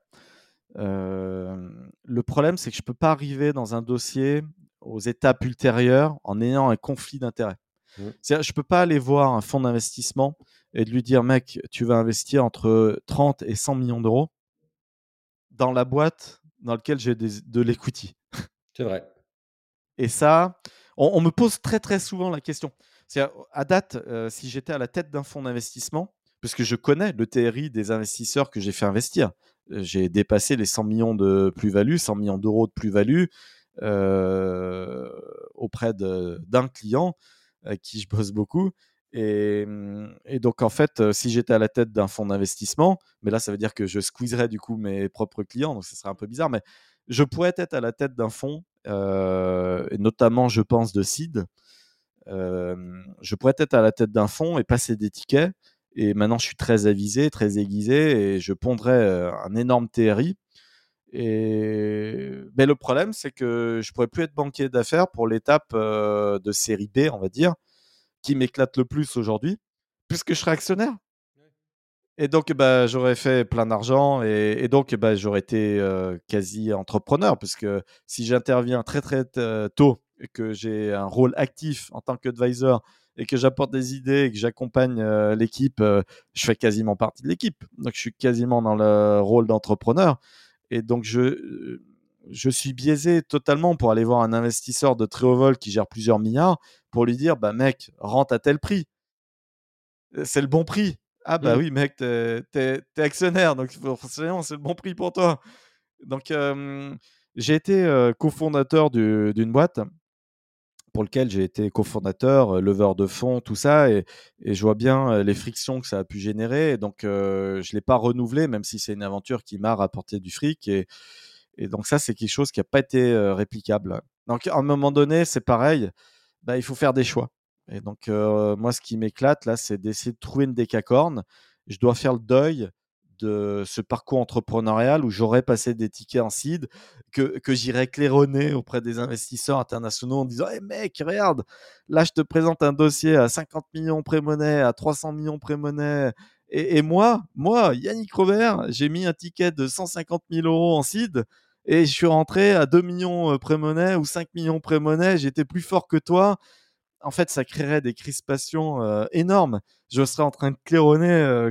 Le problème, c'est que je peux pas arriver dans un dossier aux étapes ultérieures en ayant un conflit d'intérêts. Mmh. C'est-à-dire, je peux pas aller voir un fonds d'investissement et de lui dire, mec, tu vas investir entre 30 et 100 millions d'euros dans la boîte dans laquelle j'ai de l'equity. C'est vrai. Et ça, on me pose très très souvent la question. C'est à date, si j'étais à la tête d'un fonds d'investissement, parce que je connais le TRI des investisseurs que j'ai fait investir. J'ai dépassé les 100 millions de plus-value, 100 millions d'euros de plus-value euh, auprès d'un client avec qui je bosse beaucoup. Et donc, en fait, si j'étais à la tête d'un fonds d'investissement, mais là, ça veut dire que je squeezerais du coup mes propres clients, donc ce serait un peu bizarre, mais je pourrais être à la tête d'un fonds, et notamment, je pense, de seed. Je pourrais être à la tête d'un fonds et passer des tickets. Et maintenant, je suis très avisé, très aiguisé, et je pondrais un énorme TRI. Mais le problème, c'est que je pourrais plus être banquier d'affaires pour l'étape de série B, on va dire, qui m'éclate le plus aujourd'hui, puisque je serai actionnaire. Et donc, bah, j'aurais fait plein d'argent et donc, bah, j'aurais été quasi entrepreneur, puisque si j'interviens très très tôt et que j'ai un rôle actif en tant qu'advisor et que j'apporte des idées et que j'accompagne l'équipe, je fais quasiment partie de l'équipe. Donc, je suis quasiment dans le rôle d'entrepreneur. Et donc, je suis biaisé totalement pour aller voir un investisseur de très haut vol qui gère plusieurs milliards pour lui dire, bah, mec, rentre à tel prix. C'est le bon prix. Ah bah Mmh. oui, mec, t'es actionnaire, donc forcément, c'est le bon prix pour toi. Donc, j'ai été cofondateur d'une boîte pour lequel j'ai été cofondateur, leveur de fonds, tout ça, et je vois bien les frictions que ça a pu générer. Et donc, je ne l'ai pas renouvelé, même si c'est une aventure qui m'a rapporté du fric. Et donc, ça, c'est quelque chose qui n'a pas été réplicable. Donc, à un moment donné, c'est pareil, bah, il faut faire des choix. Et donc, moi, ce qui m'éclate, là, c'est d'essayer de trouver une décacorne. Je dois faire le deuil de ce parcours entrepreneurial où j'aurais passé des tickets en seed, que j'irais claironner auprès des investisseurs internationaux en disant hey mec, regarde, là, je te présente un dossier à 50 millions pré-monnaie, à 300 millions pré-monnaie. Et moi, Yannick Robert, j'ai mis un ticket de 150 000 euros en seed et je suis rentré à 2 millions pré-monnaie ou 5 millions pré-monnaie. J'étais plus fort que toi. En fait, ça créerait des crispations énormes. Je serais en train de claironner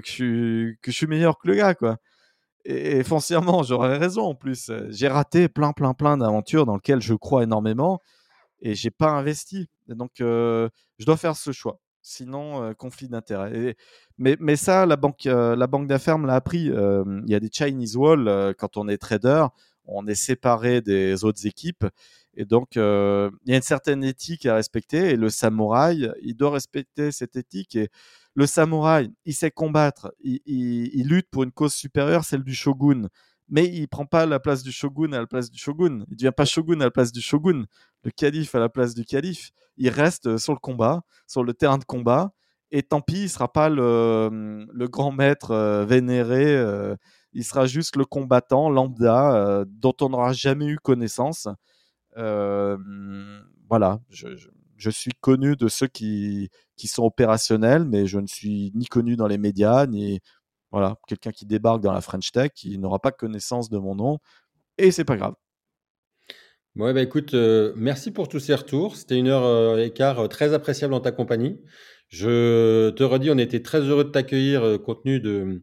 que je suis meilleur que le gars, quoi. Et foncièrement, j'aurais raison en plus. J'ai raté plein d'aventures dans lesquelles je crois énormément et j'ai pas investi. Et donc, je dois faire ce choix. Sinon, conflit d'intérêt. Mais ça, la banque d'affaires me l'a appris. Il y a des Chinese Wall quand on est trader, on est séparé des autres équipes. Et donc, il y a une certaine éthique à respecter. Et le samouraï, il doit respecter cette éthique. Et le samouraï, il sait combattre. Il lutte pour une cause supérieure, celle du shogun. Mais il prend pas la place du shogun à la place du shogun. Il devient pas shogun à la place du shogun, le calife à la place du calife. Il reste sur le combat, sur le terrain de combat. Et tant pis, il ne sera pas le grand maître vénéré. Il sera juste le combattant lambda dont on n'aura jamais eu connaissance. Euh, voilà, je suis connu de ceux qui sont opérationnels, mais je ne suis ni connu dans les médias, ni voilà, quelqu'un qui débarque dans la French Tech, qui n'aura pas connaissance de mon nom, et c'est pas grave. Ouais, bah, écoute, merci pour tous ces retours. C'était 1 heure, et quart, très appréciable en ta compagnie. Je te redis, on était très heureux de t'accueillir, compte tenu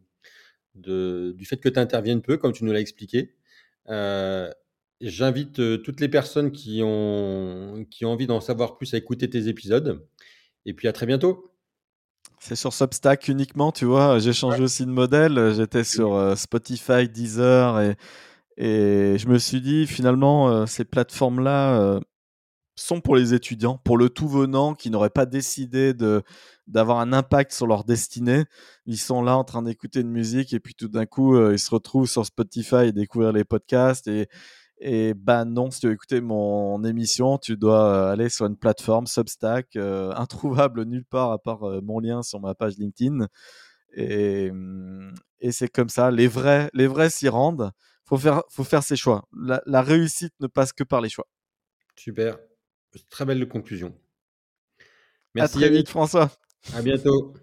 du fait que tu interviennes peu, comme tu nous l'as expliqué. Heu, J'invite, toutes les personnes qui ont envie d'en savoir plus à écouter tes épisodes et puis à très bientôt. C'est sur Substack uniquement, tu vois. J'ai changé aussi de modèle. J'étais sur Spotify, Deezer, et je me suis dit finalement, ces plateformes-là sont pour les étudiants, pour le tout venant qui n'aurait pas décidé d'avoir un impact sur leur destinée. Ils sont là en train d'écouter une musique et puis tout d'un coup, ils se retrouvent sur Spotify et découvrir les podcasts. Et bah non, si tu veux écouter mon émission, tu dois aller sur une plateforme Substack, introuvable nulle part à part mon lien sur ma page LinkedIn. Et, et c'est comme ça. Les vrais s'y rendent. Faut faire ses choix. La réussite ne passe que par les choix. Super, très belle conclusion. À Merci très vite, Yannick, François. à bientôt.